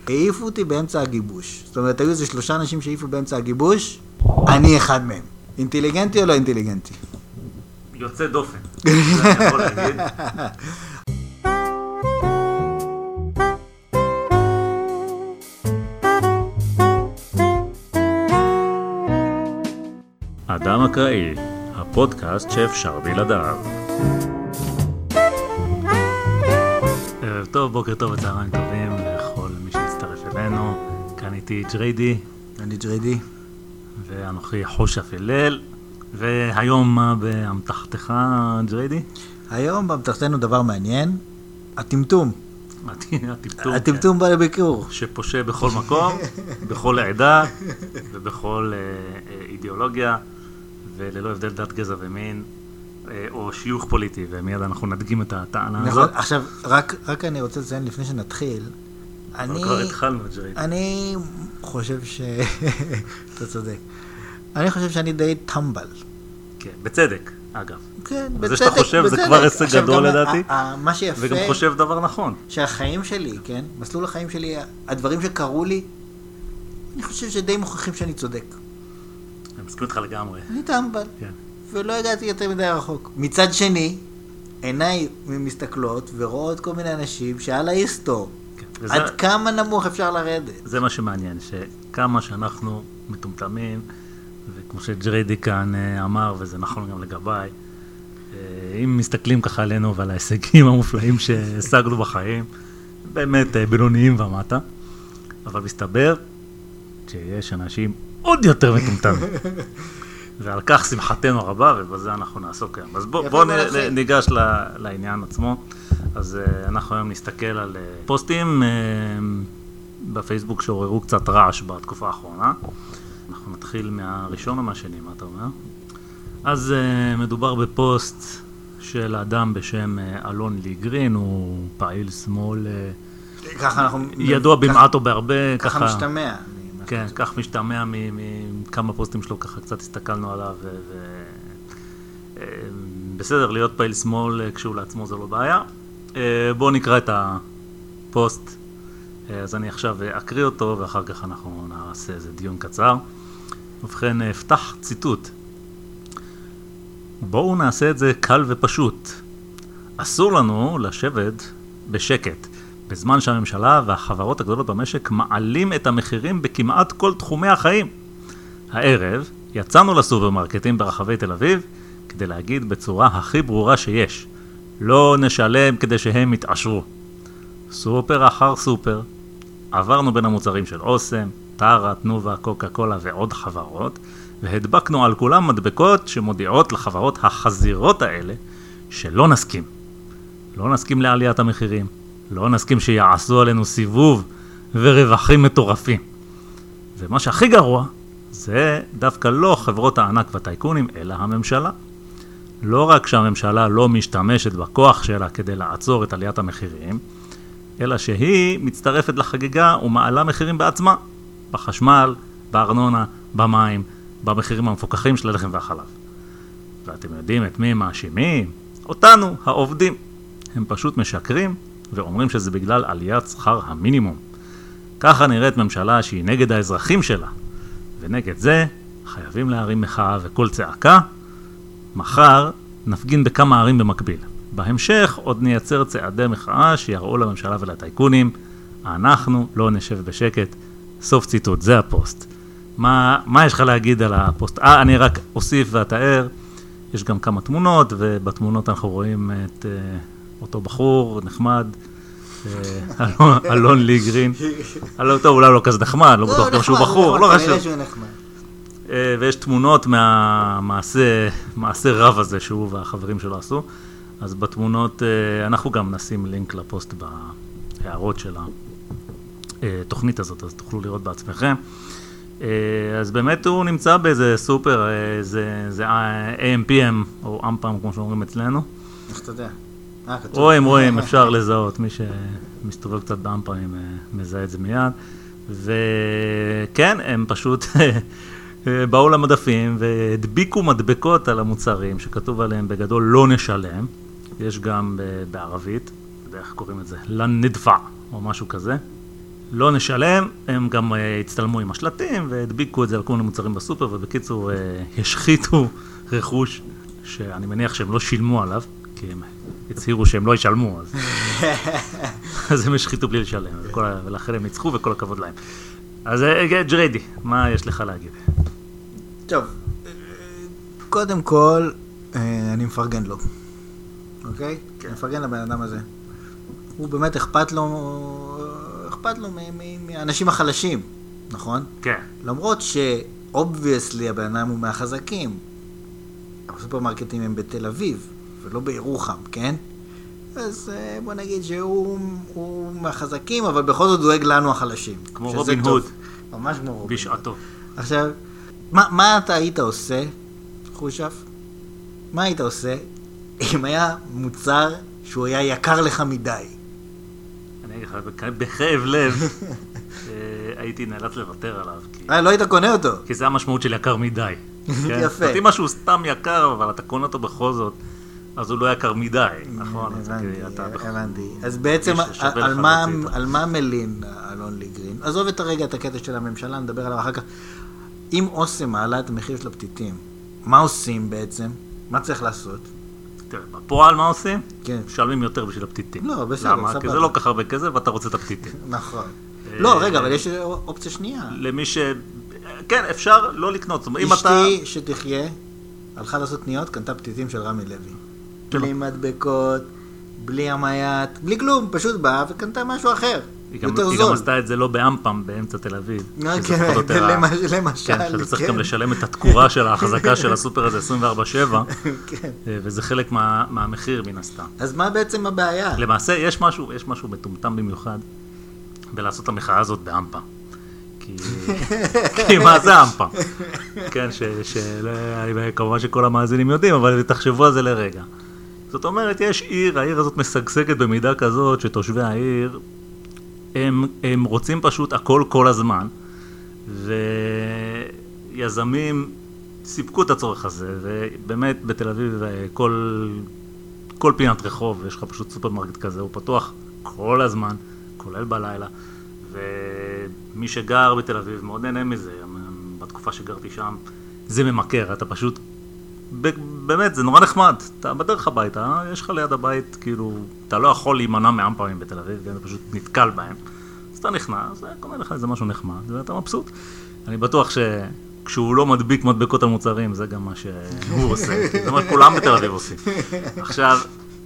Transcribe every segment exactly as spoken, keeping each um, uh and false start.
העיפו אותי באמצע הגיבוש. זאת אומרת, היו איזה שלושה אנשים שהעיפו באמצע הגיבוש, אני אחד מהם. אינטליגנטי או לא אינטליגנטי? יוצא דופן. זה אני יכול להגיד. אדם אקראי, הפודקאסט שאפשר בלעדיו. ערב טוב, בוקר טוב וצהריים טובים לכל מי שהצטרף אלינו. כאן איתי ג'ריידי. אני ג'ריידי. ואנוכי חושף הלל. והיום מה באמתחתך, ג'ריידי? היום באמתחתנו דבר מעניין, הטמטום. הטמטום. הטמטום בא לביקור. שפושה בכל מקום, בכל העדה ובכל אידיאולוגיה, וללא הבדל דת, גזע ומין, או שיוך פוליטי, ומיד אנחנו נדגים את הטענה הזאת. עכשיו, רק, רק אני רוצה לציין לפני שנתחיל, אני... כבר התחלנו, ג'ריידי. אני חושב ש... אתה צודק. אני חושב שאני די טמבל. כן, בצדק, אגב. כן, בצדק. וזה שאתה חושב זה כבר הישג גדול לדעתי. מה שיפה... וגם חושב דבר נכון. שהחיים שלי, כן? מסלול החיים שלי, הדברים שקרו לי, אני חושב שדי מוכיחים שאני צודק. אני מסכים איתך לגמרי. אני טמבל. כן. ולא הגעתי יותר מדי רחוק. מצד שני, עיניי מסתכלות ורואות כל מיני אנשים שעל ההיסטור. כן. וזה... עד כמה נמוך אפשר לרדת. זה מה שמעניין, שכמה שאנחנו מטומטמים, וכמו שג'ריידי כאן אמר, וזה נכון גם לגביי, אם מסתכלים ככה עלינו ועל ההישגים המופלאים שהשגנו בחיים, באמת בינוניים ומטה, אבל מסתבר שיש אנשים עוד יותר מטומטמים. ועל כך שמחתנו הרבה, ובזה אנחנו נעסוק היום. אז בואו בוא ניגש לעניין עצמו. אז אנחנו היום נסתכל על פוסטים בפייסבוק שעוררו קצת רעש בתקופה האחרונה. אנחנו נתחיל מהראשון או מהשני, מה אתה אומר? אז מדובר בפוסט של אדם בשם אלון ליגרין, הוא פעיל שמאל, ידוע במעט או בהרבה. ככה משתמע. כן, כך משתמע מכמה פוסטים שלו, ככה קצת הסתכלנו עליו, בסדר, להיות פעיל שמאל כשהוא לעצמו זה לא בעיה. בואו נקרא את הפוסט, אז אני עכשיו אקריא אותו, ואחר כך אנחנו נעשה איזה דיון קצר. ובכן, אפתח ציטוט. בואו נעשה את זה קל ופשוט. אסור לנו לשבת בשקט, בזמן שהממשלה והחברות הגדולות במשק מעלים את המחירים בכמעט כל תחומי החיים. הערב יצאנו לסופרמרקטים ברחבי תל אביב כדי להגיד בצורה הכי ברורה שיש. לא נשלם כדי שהם יתעשרו. סופר אחר סופר, עברנו בין המוצרים של אוסם, טרה, תנובה, קוקה קולה ועוד חברות, והדבקנו על כולם מדבקות שמודיעות לחברות החזירות האלה שלא נסכים. לא נסכים לעליית המחירים. לא נסכים שיעשו עלינו סיבוב ורווחים מטורפים. ומה שהכי גרוע, זה דווקא לא חברות הענק והטייקונים, אלא הממשלה. לא רק שהממשלה לא משתמשת בכוח שלה כדי לעצור את עליית המחירים, אלא שהיא מצטרפת לחגיגה ומעלה מחירים בעצמה, בחשמל, בארנונה, במים, במחירים המפוקחים של הלחם והחלב. ואתם יודעים את מי מאשימים? אותנו, העובדים. הם פשוט משקרים, ואומרים שזה בגלל עליית שכר המינימום. ככה נראית ממשלה שהיא נגד האזרחים שלה, ונגד זה חייבים להרים מחאה וכל צעקה. מחר נפגין בכמה ערים במקביל. בהמשך עוד נייצר צעדי מחאה שיראו לממשלה ולטייקונים, אנחנו לא נשב בשקט. סוף ציטוט, זה הפוסט. מה, מה יש לך להגיד על הפוסט? אה, אני רק אוסיף ואתאר, יש גם כמה תמונות, ובתמונות אנחנו רואים את... אותו בחור נחמד, אלון ליגרין. טוב, אולי לא כזה נחמד, לא בטוח גם שהוא בחור, לא חשוב. ויש תמונות מהמעשה רב הזה שהוא והחברים שלו עשו. אז בתמונות, אנחנו גם נשים לינק לפוסט בהערות של התוכנית הזאת, אז תוכלו לראות בעצמכם. אז באמת הוא נמצא באיזה סופר, זה איי אם פי אם, או אמפם, כמו שאומרים אצלנו. איך אתה יודע? רואים, רואים, אפשר לזהות, מי שמסתובב קצת באמפרים מזהה את זה מיד, וכן, הם פשוט באו למדפים והדביקו מדבקות על המוצרים שכתוב עליהם בגדול לא נשלם, יש גם בערבית, איך קוראים את זה? לנדפע, או משהו כזה, לא נשלם, הם גם uh, הצטלמו עם השלטים והדביקו את זה על כל מיני מוצרים בסופר, ובקיצור uh, השחיתו רכוש שאני מניח שהם לא שילמו עליו, כי הם הצהירו שהם לא ישלמו, אז, אז הם השחיתו בלי לשלם, וכל, ולאחר הם ניצחו וכל הכבוד להם. אז ג'ריידי, מה יש לך להגיד? טוב, קודם כל, אני מפרגן לו, אוקיי? אני מפרגן לבן אדם הזה. הוא באמת אכפת לו, אכפת לו מהאנשים החלשים, נכון? כן. למרות ש-obviously הבן אדם הוא מהחזקים, הסופרמרקטים הם בתל אביב, ולא בירוחם, כן? אז בוא נגיד שהוא מהחזקים, אבל בכל זאת דואג לנו החלשים. כמו רובין הוד. ממש כמו רובין. בשעתו. עכשיו, מה, מה אתה היית עושה, חושף? מה היית עושה אם היה מוצר שהוא היה יקר לך מדי? אני אגיד לך, בכאב לב, הייתי נאלץ לוותר עליו. אה, לא היית קונה אותו? כי זה המשמעות של יקר מדי. יפה. זאת אומרת, משהו סתם יקר, אבל אתה קונה אותו בכל זאת, אז הוא לא יקר מדי, נכון? הבנתי. אז בעצם, על מה מלין אלון ליגרין? עזוב את הרגע, את הקטע של הממשלה, נדבר עליו אחר כך. אם אוסם מעלה את המחיר של הפתיתים, מה עושים בעצם? מה צריך לעשות? תראה, בפועל מה עושים? כן. משלמים יותר בשביל הפתיתים. לא, בסדר, למה? כי זה לא כך הרבה כזה, ואתה רוצה את הפתיתים. נכון. לא, רגע, אבל יש אופציה שנייה. למי ש... כן, אפשר לא לקנות. אשתי שתחיה, הלכה לעשות קניות, קנתה פתיתים של רמי לוי. בלי מדבקות, בלי המייט, בלי כלום, פשוט באה וקנתה משהו אחר. יותר זול. היא גם עשתה את זה לא באמפם, באמצע תל אביב. כן, למשל. כן, שאתה צריך גם לשלם את התקורה של ההחזקה של הסופר הזה עשרים וארבע שבע, וזה חלק מהמחיר מן הסתם. אז מה בעצם הבעיה? למעשה, יש משהו, יש משהו מטומטם במיוחד, בלעשות את המחאה הזאת באמפם. כי מה זה אמפם? כן, כמובן שכל המאזינים יודעים, אבל תחשבו על זה לרגע. זאת אומרת, יש עיר, העיר הזאת משגשגת במידה כזאת, שתושבי העיר, הם, הם רוצים פשוט הכל כל הזמן, ויזמים סיפקו את הצורך הזה, ובאמת בתל אביב, כל, כל פינת רחוב, יש לך פשוט סופרמרקט כזה, הוא פתוח כל הזמן, כולל בלילה, ומי שגר בתל אביב מאוד נהנה מזה, בתקופה שגרתי שם, זה ממכר, אתה פשוט, באמת, זה נורא נחמד, אתה בדרך הביתה, יש לך ליד הבית, כאילו, אתה לא יכול להימנע מאמפמים בתל אביב, אתה פשוט נתקל בהם, אז אתה נכנס, זה קונה לך איזה משהו נחמד, ואתה מבסוט. אני בטוח שכשהוא לא מדביק מדבקות על מוצרים, זה גם מה שהוא עושה, זה מה שכולם בתל אביב עושים. עכשיו,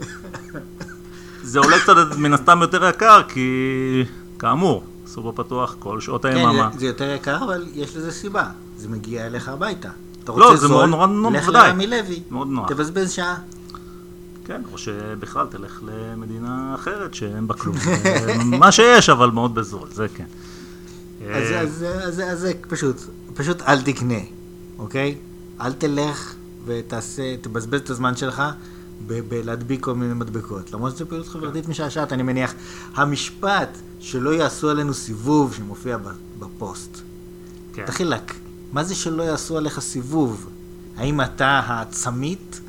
זה עולה קצת מן הסתם יותר יקר, כי כאמור, סופר פתוח כל שעות היממה. כן, זה יותר יקר, אבל יש לזה סיבה, זה מגיע אליך הביתה. לא, זה מאוד נורא נורא, לך לרמי לוי, מאוד נוח. תבזבז שעה. כן, או שבכלל תלך למדינה אחרת שאין בה כלום. מה שיש, אבל מאוד בזול, זה כן. אז זה פשוט, פשוט אל תקנה, אוקיי? אל תלך ותעשה, תבזבז את הזמן שלך בלהדביק כל מיני מדבקות. למרות שזה פעילות חברתית משעשעת, אני מניח, המשפט שלא יעשו עלינו סיבוב שמופיע בפוסט. תחילק. מה זה שלא יעשו עליך סיבוב? האם אתה הצמית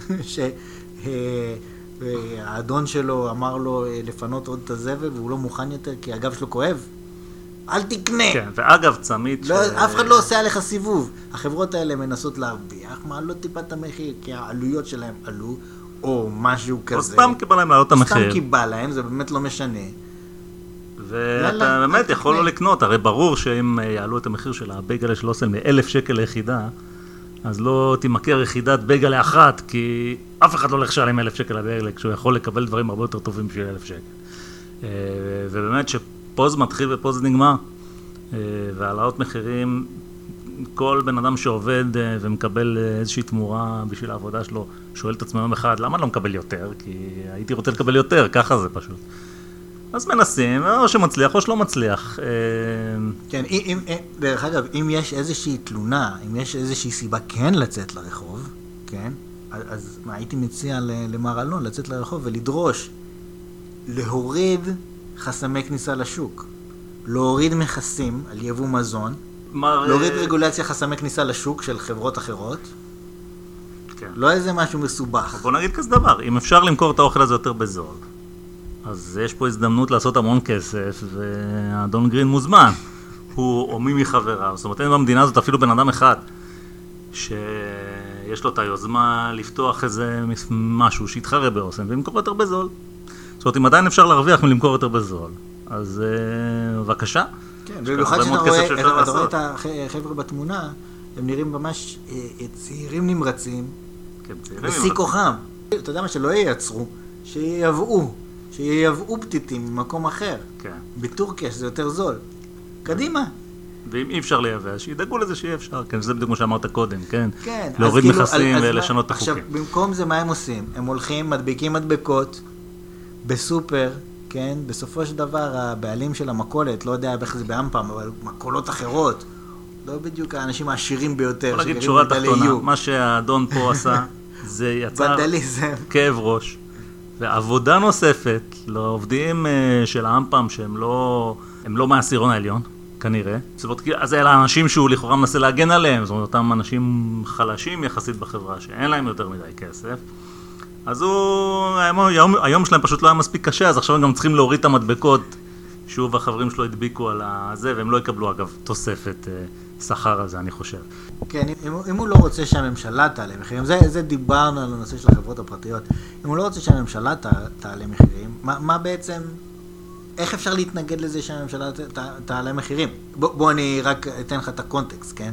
שהאדון שלו אמר לו לפנות עוד את הזבל והוא לא מוכן יותר כי הגב שלו כואב? אל תקנה. כן, ואגב צמית לא, ש... אף אחד לא עושה עליך סיבוב. החברות האלה מנסות להרוויח, מעלות טיפה את המחיר כי העלויות שלהם עלו או משהו כזה. או סתם קיבל להם לעלות את המחיר. סתם קיבל להם, זה באמת לא משנה. ואתה באמת יכול לא לקנות, הרי ברור שאם יעלו את המחיר של הבייגלה של אוסם מאלף שקל ליחידה, אז לא תימכר יחידת בייגלה אחת, כי אף אחד לא הולך לשלם אלף שקל לבייגלה, כשהוא יכול לקבל דברים הרבה יותר טובים בשביל אלף שקל. ובאמת שפה זה מתחיל ופה זה נגמר, והעלאות מחירים, כל בן אדם שעובד ומקבל איזושהי תמורה בשביל העבודה שלו, שואל את עצמו יום אחד, למה לא מקבל יותר? כי הייתי רוצה לקבל יותר, ככה זה פשוט. אז מנסים, או שמצליח או שלא מצליח. כן, אם, דרך אגב, אם יש איזושהי תלונה, אם יש איזושהי סיבה כן לצאת לרחוב, כן, אז מה, הייתי מציע למר אלון לצאת לרחוב ולדרוש להוריד חסמי כניסה לשוק, להוריד מכסים על יבוא מזון, להוריד רגולציה חסמי כניסה לשוק של חברות אחרות, לא איזה משהו מסובך. בוא נגיד כזה דבר, אם אפשר למכור את האוכל הזה יותר בזול, אז יש פה הזדמנות לעשות המון כסף, והאדון גרין מוזמן. הוא או מי מחבריו, זאת אומרת, אין במדינה הזאת אפילו בן אדם אחד, שיש לו את היוזמה לפתוח איזה משהו שיתחרה באוסם, ולמכור יותר בזול. זאת אומרת, אם עדיין אפשר להרוויח מלמכור יותר בזול, אז בבקשה. כן, ובמיוחד שאתה רואה את החבר'ה בתמונה, הם נראים ממש צעירים נמרצים, בשיא כוחם. אתה יודע מה, שלא ייצרו, שייבאו, שייבאו פתיתים ממקום אחר. בטורקיה, שזה יותר זול. קדימה. ואם אי אפשר לייבא, שידאגו לזה שיהיה אפשר, כן, זה בדיוק כמו שאמרת קודם, כן? כן. להוריד מכסים ולשנות את החוקים. עכשיו, במקום זה מה הם עושים? הם הולכים, מדביקים מדבקות בסופר, כן? בסופו של דבר, הבעלים של המקולת, לא יודע איך זה באמפם, אבל מקולות אחרות, לא בדיוק האנשים העשירים ביותר. בוא נגיד שורה תחתונה, מה שהאדון פה עשה, זה יצר כאב ראש. ועבודה נוספת לעובדים של האמפם שהם לא, הם לא מהעשירון העליון, כנראה. זאת אומרת, אז אלה האנשים שהוא לכאורה מנסה להגן עליהם, זאת אומרת, אותם אנשים חלשים יחסית בחברה, שאין להם יותר מדי כסף. אז הוא, היום, היום שלהם פשוט לא היה מספיק קשה, אז עכשיו הם גם צריכים להוריד את המדבקות, שהוא והחברים שלו הדביקו על זה, והם לא יקבלו אגב תוספת שכר הזה, אני חושב. כן, אם, אם הוא לא רוצה שהממשלה תעלה מחירים, זה, זה דיברנו על הנושא של החברות הפרטיות, אם הוא לא רוצה שהממשלה תעלה מחירים, מה, מה בעצם, איך אפשר להתנגד לזה שהממשלה תעלה מחירים? בוא, בוא אני רק אתן לך את הקונטקסט, כן?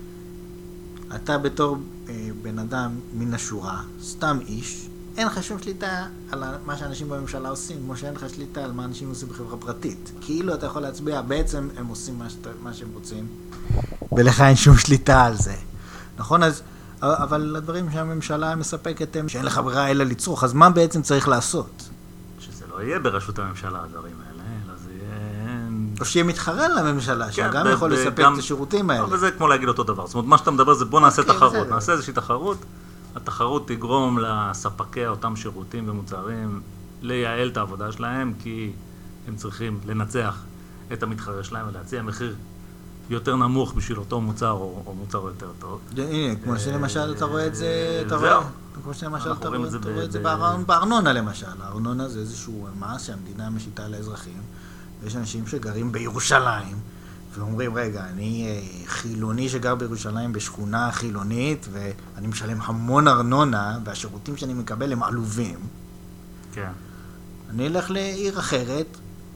אתה בתור אה, בן אדם מן השורה, סתם איש, אין לך שום שליטה על מה שאנשים בממשלה עושים, כמו שאין לך שליטה על מה אנשים עושים בחברה פרטית. כאילו אתה יכול להצביע, בעצם הם עושים מה, שת, מה שהם רוצים, ולך אין שום שליטה על זה. נכון? אז, אבל הדברים שהממשלה מספקת הם שאין לך ברירה אלא לצרוך, אז מה בעצם צריך לעשות? שזה לא יהיה בראשות הממשלה הדברים האלה, אלא זה יהיה... או שיהיה מתחרה לממשלה, שהוא גם יכול לספק את השירותים האלה. וזה כמו להגיד אותו דבר. זאת אומרת, מה שאתה מדבר זה בוא נעשה תחרות, נעשה איזושהי תחרות, התחרות תגרום לספקי אותם שירותים ומוצרים לייעל את העבודה שלהם, כי הם צריכים לנצח את המתחרה שלהם ולהציע מחיר יותר נמוך בשביל אותו מוצר או, או מוצר יותר טוב. הנה, כמו שלמשל אתה רואה את זה, אתה רואה, כמו שלמשל אתה רואה את זה בארנונה למשל. הארנונה זה איזשהו מס שהמדינה משיתה לאזרחים, ויש אנשים שגרים בירושלים, ואומרים, רגע, אני חילוני שגר בירושלים בשכונה חילונית, ואני משלם המון ארנונה, והשירותים שאני מקבל הם עלובים. כן. אני אלך לעיר אחרת,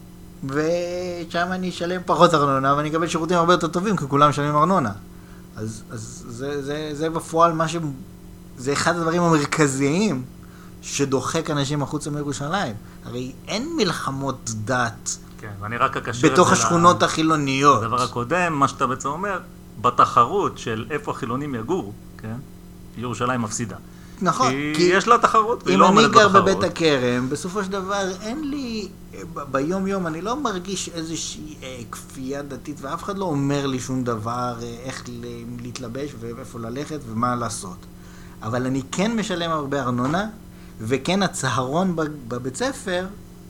ושם אני אשלם פחות ארנונה, ואני אקבל שירותים הרבה יותר טובים, כי כולם משלמים ארנונה. אז, אז זה, זה, זה בפועל מה ש... זה אחד הדברים המרכזיים שדוחק אנשים החוצה מירושלים. הרי אין מלחמות דת כן, ואני רק אקשר בתוך השכונות החילוניות. הדבר הקודם, מה שאתה בעצם אומר, בתחרות של איפה החילונים יגורו, כן? ירושלים מפסידה. נכון. כי, כי יש לה תחרות, אם אני גר בבית הכרם, בסופו של דבר אין לי, ביום יום אני לא מרגיש איזושהי אה, כפייה דתית, ואף אחד לא אומר לי שום דבר, אה, איך להתלבש ואיפה ללכת ומה לעשות. אבל אני כן משלם הרבה ארנונה, וכן הצהרון בבית ספר,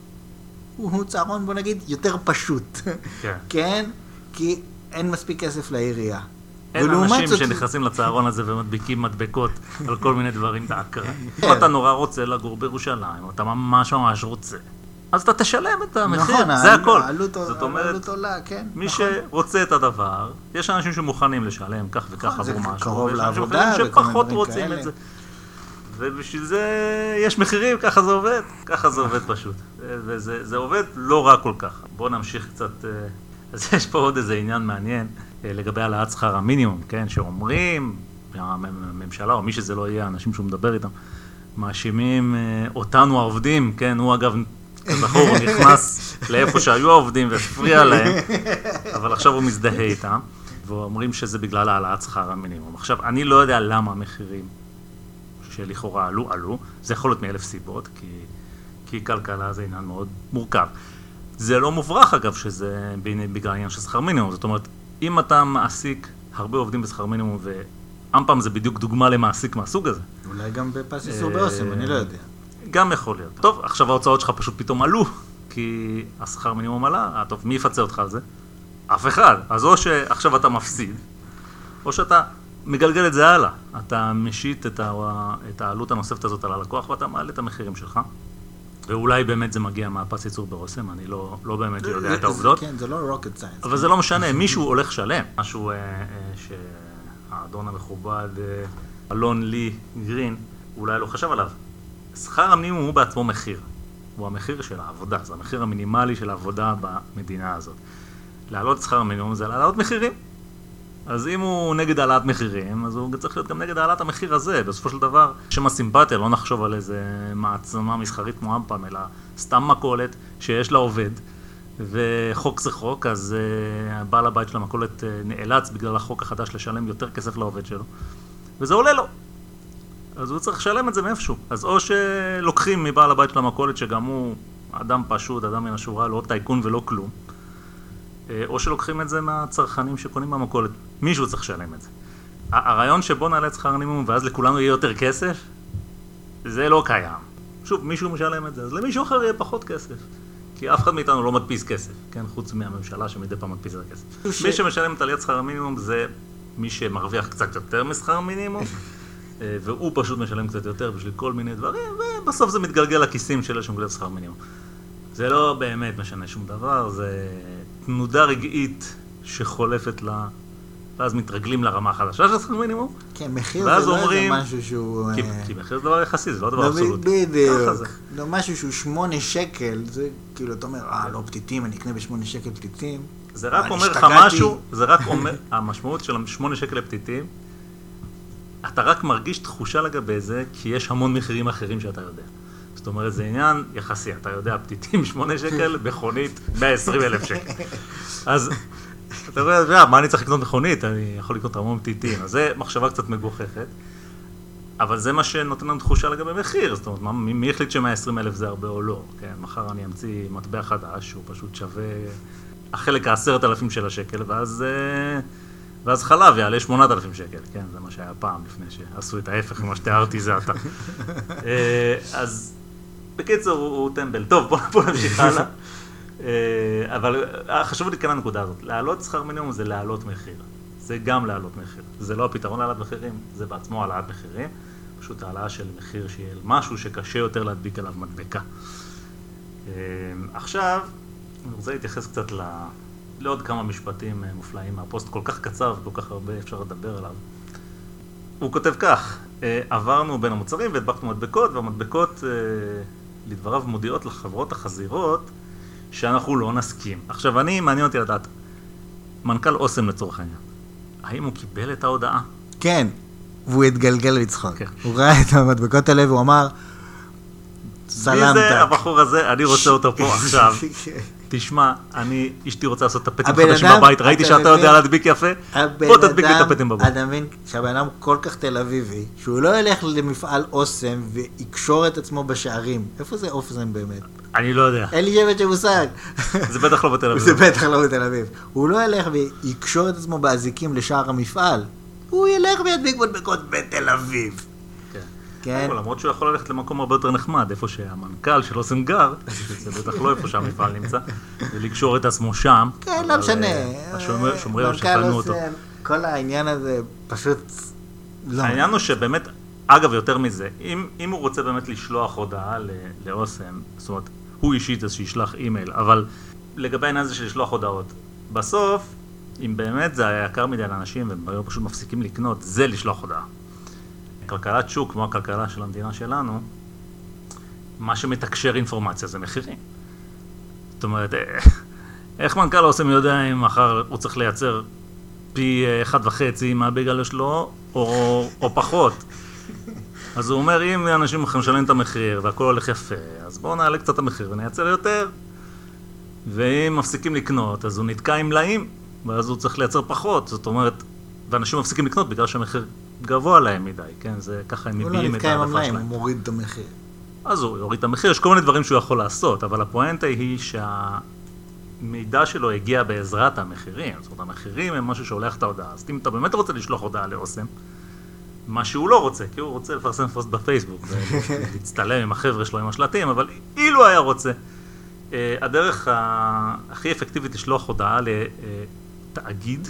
הוא צהרון, בוא נגיד, יותר פשוט. כן. כן? כי אין מספיק כסף לעירייה. אין אנשים זאת... שנכנסים לצהרון הזה ומדביקים מדבקות על כל מיני דברים באקרה. אם אתה נורא רוצה לגור בירושלים, או אתה ממש ממש רוצה, אז אתה תשלם את המחיר, נכון, זה הכל. העלות, זאת אומרת, העלות עולה, כן. מי נכון. שרוצה את הדבר, יש אנשים שמוכנים לשלם כך וכך נכון, עבור משהו. קרוב לעבודה, ויש אנשים שפחות רוצים כאלה. את זה. ובשביל זה יש מחירים, ככה זה עובד, ככה זה עובד פשוט. וזה זה עובד לא רע כל כך. בואו נמשיך קצת, אז יש פה עוד איזה עניין מעניין לגבי העלאת שכר המינימום, כן, שאומרים, הממשלה או מי שזה לא יהיה, האנשים שהוא מדבר איתם, מאשימים אותנו העובדים, כן, הוא אגב, כזכור, הוא נכנס לאיפה שהיו העובדים והפריע להם, אבל עכשיו הוא מזדהה איתם, ואומרים שזה בגלל העלאת שכר המינימום. עכשיו, אני לא יודע למה המחירים שלכאורה עלו, עלו, זה יכול להיות מאלף סיבות, כי, כי כלכלה זה עניין מאוד מורכב. זה לא מוברח אגב שזה בגלל העניין של שכר מינימום, זאת אומרת, אם אתה מעסיק הרבה עובדים בשכר מינימום, ואמפם זה בדיוק דוגמה למעסיק מהסוג הזה. אולי גם בפס איסור באוסם, אני לא יודע. גם יכול להיות. טוב, עכשיו ההוצאות שלך פשוט פתאום עלו, כי השכר מינימום עלה, טוב, מי יפצה אותך על זה? אף אחד. אז או שעכשיו אתה מפסיד, או שאתה מגלגל את זה הלאה. אתה משית את, ה... את העלות הנוספת הזאת על הלקוח, ואתה מעלה את המחירים שלך. ואולי באמת זה מגיע מהפס ייצור באוסם, אני לא, לא באמת יודע את העובדות. כן, זה לא rocket science. אבל זה לא משנה, מישהו הולך שלם. משהו שהאדון המכובד, אלון לי גרין, אולי לא חשב עליו. שכר המינימום הוא בעצמו מחיר. הוא המחיר של העבודה, זה המחיר המינימלי של העבודה במדינה הזאת. להעלות שכר המינימום זה להעלות מחירים. אז אם הוא נגד העלאת מחירים, אז הוא צריך להיות גם נגד העלאת המחיר הזה. בסופו של דבר, שם הסימפתיה, לא נחשוב על איזה מעצמה מסחרית כמו אמפם, אלא סתם מכולת שיש לה עובד, וחוק זה חוק, אז uh, בעל הבית של המכולת uh, נאלץ בגלל החוק החדש לשלם יותר כסף לעובד שלו, וזה עולה לו. אז הוא צריך לשלם את זה מאיפשהו. אז או שלוקחים מבעל הבית של המכולת, שגם הוא אדם פשוט, אדם מן השורה, לא טייקון ולא כלום, או שלוקחים את זה מהצרכנים שקונים במכולת. מישהו צריך לשלם את זה. הרעיון שבו נעלה את שכר המינימום ואז לכולנו יהיה יותר כסף, זה לא קיים. שוב, מישהו משלם את זה, אז למישהו אחר יהיה פחות כסף. כי אף אחד מאיתנו לא מדפיס כסף, כן? חוץ מהממשלה שמדי פעם מדפיס את הכסף. ש... מי שמשלם את עליית שכר המינימום זה מי שמרוויח קצת יותר משכר המינימום, והוא פשוט משלם קצת יותר בשביל כל מיני דברים, ובסוף זה מתגלגל לכיסים של שמגלל שכר מינימום. זה לא באמת משנה שום דבר, זה תנודה רגעית שחולפת לה, ואז מתרגלים לרמה החדשה של שכר מינימום. כן, מחיר זה לא איזה משהו שהוא... כי, כי מחיר זה דבר יחסי, זה לא דבר אבסולוטי. בדיוק. לא משהו שהוא שמונה שקל, זה כאילו, אתה אומר, אה, לא פתיתים, אני אקנה בשמונה שקל פתיתים. זה רק אומר לך משהו, זה רק אומר, המשמעות של שמונה שקל לפתיתים, אתה רק מרגיש תחושה לגבי זה, כי יש המון מחירים אחרים שאתה יודע. זאת אומרת, זה עניין יחסי, אתה יודע, פתיתים שמונה שקל, מכונית מאה ועשרים אלף שקל. אז אתה יודע, מה אני צריך לקנות מכונית? אני יכול לקנות המון פתיתים. אז זה מחשבה קצת מגוחכת, אבל זה מה שנותן לנו תחושה לגבי מחיר. זאת אומרת, מי, מי החליט ש-מאה ועשרים אלף זה הרבה או לא? כן, מחר אני אמציא מטבע חדש, שהוא פשוט שווה החלק העשרת אלפים של השקל, ואז... ואז חלב יעלה שמונת אלפים שקל, כן, זה מה שהיה פעם לפני שעשו את ההפך ממה שתיארתי זה אתה. אז בקיצור הוא טמבל. טוב, בוא נמשיך הלאה. אבל חשוב לי כאן הנקודה הזאת, להעלות שכר מינימום זה להעלות מחיר. זה גם להעלות מחיר. זה לא הפתרון להעלאת מחירים, זה בעצמו העלאת מחירים, פשוט העלאה של מחיר שיהיה משהו שקשה יותר להדביק עליו מדבקה. עכשיו, אני רוצה להתייחס קצת ל... לעוד כמה משפטים מופלאים מהפוסט, כל כך קצר וכל כך הרבה אפשר לדבר עליו. הוא כותב כך, עברנו בין המוצרים והדבקנו מדבקות, והמדבקות לדבריו מודיעות לחברות החזירות שאנחנו לא נסכים. עכשיו אני, מעניין אותי לדעת, מנכ"ל אוסם לצורך העניין, האם הוא קיבל את ההודעה? כן, והוא התגלגל לצחוק. כן. הוא ראה את המדבקות האלה והוא אמר, סלאם טק. מי זה הבחור הזה? אני רוצה אותו פה עכשיו. תשמע, אני, אשתי רוצה לעשות את הפטים חדשים בבית, ראיתי שאתה יודע להדביק יפה, בוא תדביק לי את הפטים בבית. אתה מבין שהבן אדם כל כך תל אביבי, שהוא לא ילך למפעל אוסם ויקשור את עצמו בשערים. איפה זה אוסם באמת? אני לא יודע. אין לי שבט שמושג. זה בטח לא בתל אביב. זה בטח לא בתל אביב. הוא לא ילך ויקשור את עצמו באזיקים לשער המפעל. הוא ילך וידביק מדבקות בתל אביב. כן. למרות שהוא יכול ללכת למקום הרבה יותר נחמד, איפה שהמנכ"ל של אוסם גר, זה בטח לא איפה שהמפעל נמצא, ולקשור את עצמו שם. כן, לא משנה. שומרי או שפלנו אותו. כל העניין הזה פשוט לא. העניין הוא שבאמת, אגב יותר מזה, אם הוא רוצה באמת לשלוח הודעה לאוסם, זאת אומרת, הוא אישית אז שישלח אימייל, אבל לגבי העניין הזה של לשלוח הודעות, בסוף, אם באמת זה היה יקר מדי לאנשים, והם היום פשוט מפסיקים לקנות, זה לשלוח הודעה. כלכלת שוק, כמו הכלכלה של המדינה שלנו, מה שמתקשר אינפורמציה זה מחירים. זאת אומרת, איך מנכ"ל אוסם יודע אם מחר הוא צריך לייצר פי אחד וחצי מהבגלל שלו, או, או פחות? אז הוא אומר, אם אנשים משלמים את המחיר והכל הולך יפה, אז בואו נעלה קצת את המחיר ונייצר יותר. ואם מפסיקים לקנות, אז הוא נתקע עם מלאים, ואז הוא צריך לייצר פחות. זאת אומרת, ואנשים מפסיקים לקנות בגלל שהמחיר גבוה להם מדי, כן? זה ככה הם מביאים את העדפה שלהם. הוא מוריד את המחיר. אז הוא יוריד את המחיר, יש כל מיני דברים שהוא יכול לעשות, אבל הפואנטה היא שהמידע שלו הגיע בעזרת המחירים. זאת אומרת, המחירים הם משהו שהולך את ההודעה. אז אם אתה באמת רוצה לשלוח הודעה לאוסם, מה שהוא לא רוצה, כי הוא רוצה לפרסם פוסט בפייסבוק, ולהצטלם עם החבר'ה שלו עם השלטים, אבל אילו היה רוצה, הדרך הכי אפקטיבית לשלוח הודעה לתאגיד,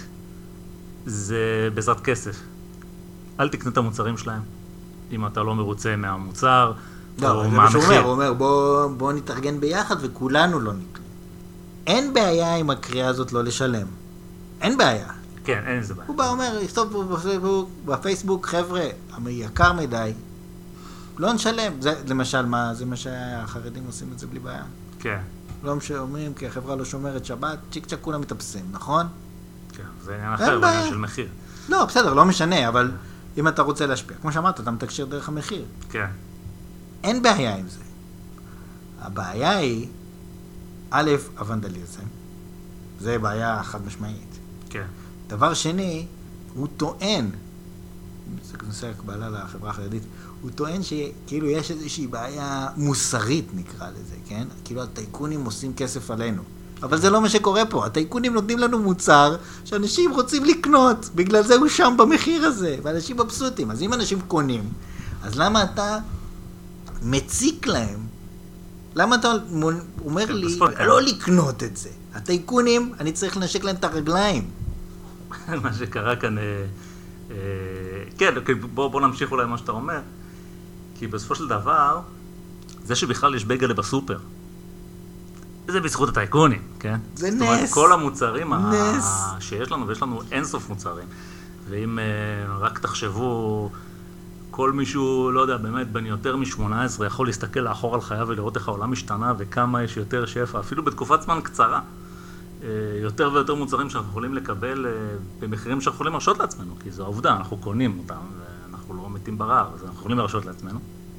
זה בעזרת כסף. אל תקנה את המוצרים שלהם, אם אתה לא מרוצה מהמוצר, לא, זה מה שהוא אומר, הוא אומר, בוא, בוא נתארגן ביחד וכולנו לא נקנה. אין בעיה עם הקריאה הזאת לא לשלם. אין בעיה. כן, אין איזה בעיה. הוא בא אומר, לכתוב בפייסבוק, בפייסבוק, חבר'ה, יקר מדי, לא נשלם. זה למשל מה, זה מה שהחרדים עושים את זה בלי בעיה. כן. לא משלמים, כי החברה לא שומרת שבת, צ'יק צ'ק כולם מתאפסים, נכון? כן, זה עניין אחר, בעניין של מחיר. לא, בסדר, לא משנה, אבל אם אתה רוצה להשפיע, כמו שאמרת, אתה מתקשר דרך המחיר. כן. אין בעיה עם זה. הבעיה היא, א', הוונדליזם, זה בעיה חד משמעית. כן. דבר שני, הוא טוען, זה נושא הקבלה לחברה החרדית, הוא טוען שכאילו יש איזושהי בעיה מוסרית נקרא לזה, כן? כאילו הטייקונים עושים כסף עלינו. אבל זה לא מה שקורה פה, הטייקונים נותנים לנו מוצר שאנשים רוצים לקנות, בגלל זה הוא שם במחיר הזה, ואנשים מבסוטים. אז אם אנשים קונים, אז למה אתה מציק להם? למה אתה אומר לי לא לקנות את זה? הטייקונים, אני צריך לנשק להם את הרגליים. מה שקרה כאן, כן, בוא נמשיך אולי מה שאתה אומר, כי בסופו של דבר, זה שבכלל יש בייגלה בסופר, זה בזכות הטייקונים, כן? זה נס. זאת אומרת, כל המוצרים שיש לנו, ויש לנו אינסוף מוצרים, ואם רק תחשבו, כל מישהו, לא יודע, באמת, בין יותר מ-שמונה עשרה יכול להסתכל לאחור על חייו ולראות איך העולם משתנה וכמה יש יותר שפע, אפילו בתקופת זמן קצרה. יותר ויותר מוצרים שאנחנו יכולים לקבל במחירים שאנחנו יכולים להרשות לעצמנו, כי זו העובדה, אנחנו קונים אותם ואנחנו לא מתים ברעב, אז אנחנו יכולים להרשות לעצמנו.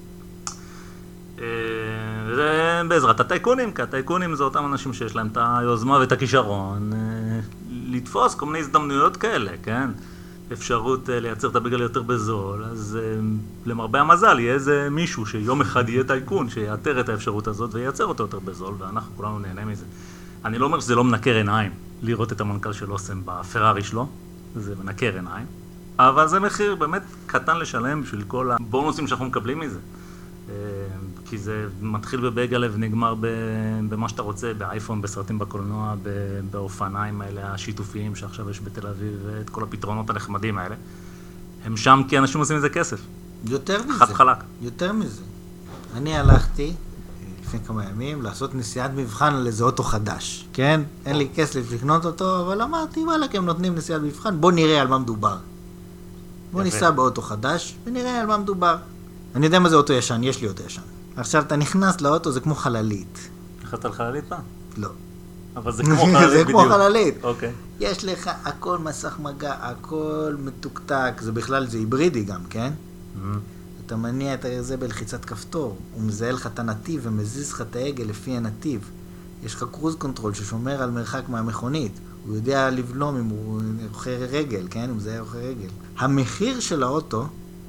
וזה בעזרת הטייקונים, כי הטייקונים זה אותם אנשים שיש להם את היוזמה ואת הכישרון לתפוס כל מיני הזדמנויות כאלה, כן? אפשרות לייצר את הבייגלה יותר בזול, אז למרבה המזל יהיה איזה מישהו שיום אחד יהיה טייקון, שיאתר את האפשרות הזאת וייצר אותו יותר בזול, ואנחנו כולנו נהנה מזה. אני לא אומר שזה לא מנקר עיניים, לראות את המנכ"ל של אוסם בפרארי שלו, זה מנקר עיניים, אבל זה מחיר באמת קטן לשלם בשביל כל הבונוסים שאנחנו מקבלים מזה. כי זה מתחיל בבייגלה ונגמר במה שאתה רוצה, באייפון, בסרטים בקולנוע, באופניים האלה השיתופיים שעכשיו יש בתל אביב, ואת כל הפתרונות הנחמדים האלה. הם שם כי אנשים עושים מזה כסף. יותר מזה. חד חלק. יותר מזה. אני הלכתי לפני כמה ימים לעשות נסיעת מבחן על איזה אוטו חדש, כן? אין לי כסף לקנות אותו, אבל אמרתי, וואלה, כי הם נותנים נסיעת מבחן, בוא נראה על מה מדובר. בוא ניסע באוטו חדש ונראה על מה מדובר. אני יודע מה זה אוטו ישן, יש לי אוטו ישן. עכשיו, אתה נכנס לאוטו, זה כמו חללית. נכנסת על חללית פעם? לא. אבל זה כמו חללית בדיוק. זה כמו חללית. אוקיי. יש לך הכל מסך מגע, הכל מתוקתק, זה בכלל, זה היברידי גם, כן? אתה מניע את זה בלחיצת כפתור, הוא מזהה לך את הנתיב ומזיז לך את העגל לפי הנתיב. יש לך קרוז קונטרול ששומר על מרחק מהמכונית. הוא יודע לבלום אם הוא רוכר רגל, כן? הוא מזהה רוכר רגל. המחיר של האוטו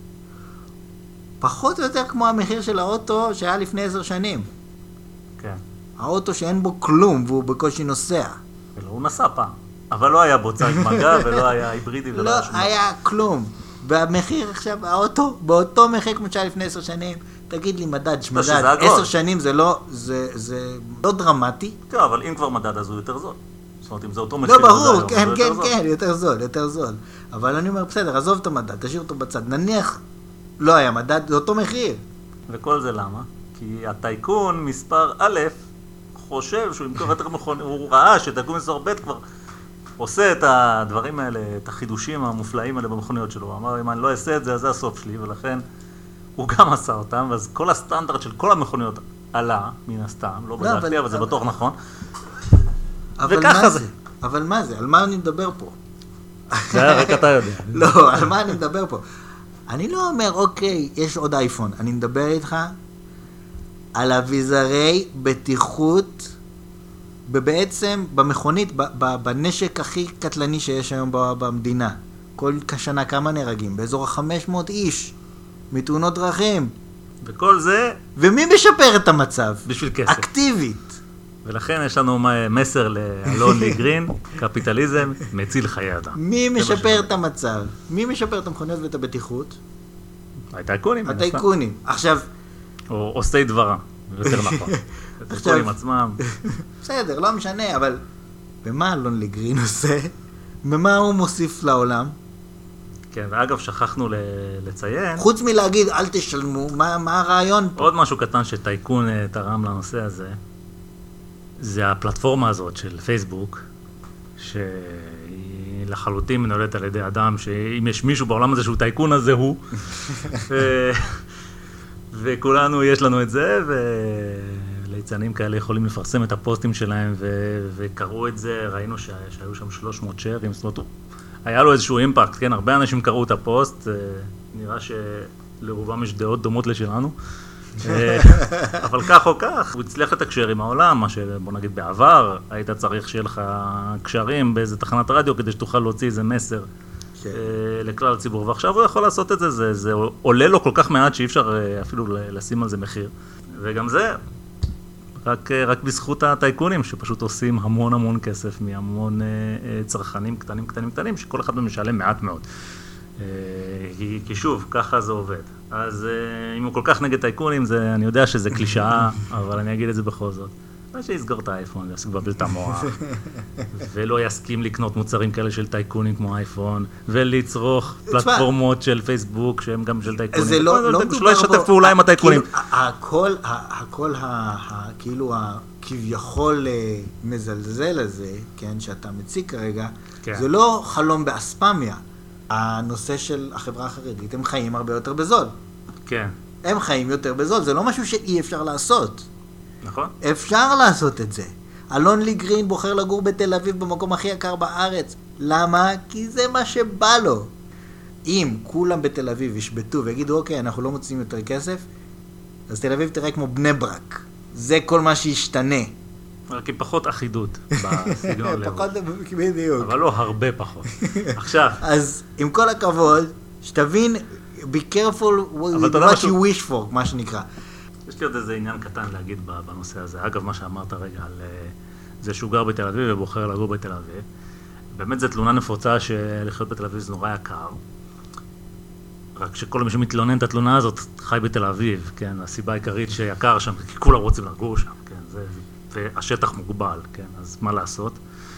פחות או יותר כמו המחיר של האוטו שהיה לפני עשר שנים. כן. האוטו שאין בו כלום והוא בקושי נוסע. ולא, הוא נסע פעם. אבל לא היה בו צג מגע ולא היה היברידי ולא היה שום. לא היה כלום. והמחיר עכשיו, האוטו, באותו מחיר כמו שהיה לפני עשר שנים, תגיד לי מדד, שמדד, עשר שנים זה לא, זה, זה לא דרמטי. כן, אבל אם כבר מדד אז הוא יותר זול. זאת אומרת, אם זה אותו מחיר. לא, ברור, כן, כן, כן, יותר זול, יותר זול. אבל אני אומר, בסדר, עזוב את המדד, תשאיר אותו בצד. נניח, לא היה מדד, זה אותו מחיר. וכל זה למה? כי הטייקון מספר א' חושב שהוא ימכור יותר מכון, הוא ראה שטייקון מספר ב' כבר עושה את הדברים האלה, את החידושים המופלאים האלה במכוניות שלו. הוא אמר, אם אני לא אעשה את זה, אז זה הסוף שלי, ולכן הוא גם עשה אותם, ואז כל הסטנדרט של כל המכוניות עלה, מן הסתם, לא בדקתי, אבל זה בטוח נכון. וככה זה. אבל מה זה? על מה אני מדבר פה? זה היה רק אתה יודע. לא, על מה אני מדבר פה? אני לא אומר, אוקיי, יש עוד אייפון. אני מדבר איתך על אביזרי בטיחות, ובעצם במכונית, בנשק הכי קטלני שיש היום במדינה. כל שנה כמה נהרגים? באזור ה-חמש מאות איש, מתאונות דרכים. וכל זה... ומי משפר את המצב? בשביל כסף. אקטיבית. ולכן יש לנו מסר לאלון ליגרין, קפיטליזם מציל חיי אדם. מי משפר את המצב? מי משפר את המכוניות ואת הבטיחות? הטייקונים. הטייקונים. עכשיו... או עושי דברה, יותר נכון. הטייקונים עצמם. בסדר, לא משנה, אבל במה אלון ליגרין עושה? במה הוא מוסיף לעולם? כן, ואגב, שכחנו לציין... חוץ מלהגיד, אל תשלמו, מה, מה הרעיון פה? עוד משהו קטן שטייקון תרם לנושא הזה, זה הפלטפורמה הזאת של פייסבוק, שהיא לחלוטין מנהלת על ידי אדם, שאם יש מישהו בעולם הזה שהוא טייקון, אז זה הוא. ו... וכולנו יש לנו את זה, וליצנים כאלה יכולים לפרסם את הפוסטים שלהם, ו... וקראו את זה, ראינו ש... שהיו שם שלוש מאות שיירים, זאת אומרת, היה לו איזשהו אימפקט, כן, הרבה אנשים קראו את הפוסט, נראה שלרובם יש דעות דומות לשלנו, אבל כך או כך, הוא הצליח לתקשר עם העולם, מה שבוא נגיד בעבר, היית צריך שיהיה לך קשרים באיזה תחנת רדיו, כדי שתוכל להוציא איזה מסר לכלל הציבור, ועכשיו הוא יכול לעשות את זה, זה, זה עולה לו כל כך מעט שאי אפשר אפילו לשים על זה מחיר, וגם זה, רק, רק בזכות הטייקונים, שפשוט עושים המון המון כסף מהמון צרכנים קטנים קטנים קטנים, שכל אחד משלם מעט מאוד. כי, כי שוב, ככה זה עובד. אז אם הוא כל כך נגד טייקונים, זה, אני יודע שזה קלישאה, אבל אני אגיד את זה בכל זאת. מה שיסגור את האייפון, יסגור את המוח, ולא יסכים לקנות מוצרים כאלה של טייקונים כמו אייפון, ולצרוך פלטפורמות של פייסבוק שהם גם של טייקונים. זה לא, לא שלא ישתף פעולה עם הטייקונים. הכל, הכל, כאילו, כביכול מזלזל הזה, כן, שאתה מציג כרגע, זה לא חלום באספמיה. הנושא של החברה החרדית, הם חיים הרבה יותר בזול. כן. הם חיים יותר בזול, זה לא משהו שאי אפשר לעשות. נכון. אפשר לעשות את זה. אלון לי גרין בוחר לגור בתל אביב במקום הכי יקר בארץ. למה? כי זה מה שבא לו. אם כולם בתל אביב ישבטו ויגידו, אוקיי, אנחנו לא מוצאים יותר כסף, אז תל אביב תראה כמו בני ברק. זה כל מה שישתנה. רק עם פחות אחידות בסגנון לבוש. פחות בדיוק. אבל לא הרבה פחות. עכשיו. אז עם כל הכבוד, שתבין, be careful with what you wish for, מה שנקרא. יש לי עוד איזה עניין קטן להגיד בנושא הזה. אגב, מה שאמרת רגע על זה שהוא גר בתל אביב ובוחר לגור בתל אביב. באמת זו תלונה נפוצה שלחיות בתל אביב זה נורא יקר. רק שכל מי שמתלונן את התלונה הזאת חי בתל אביב, כן? הסיבה העיקרית שיקר שם, כי כולם רוצים לגור שם, כן? זה, והשטח מוגבל, כן? אז מה לעשות?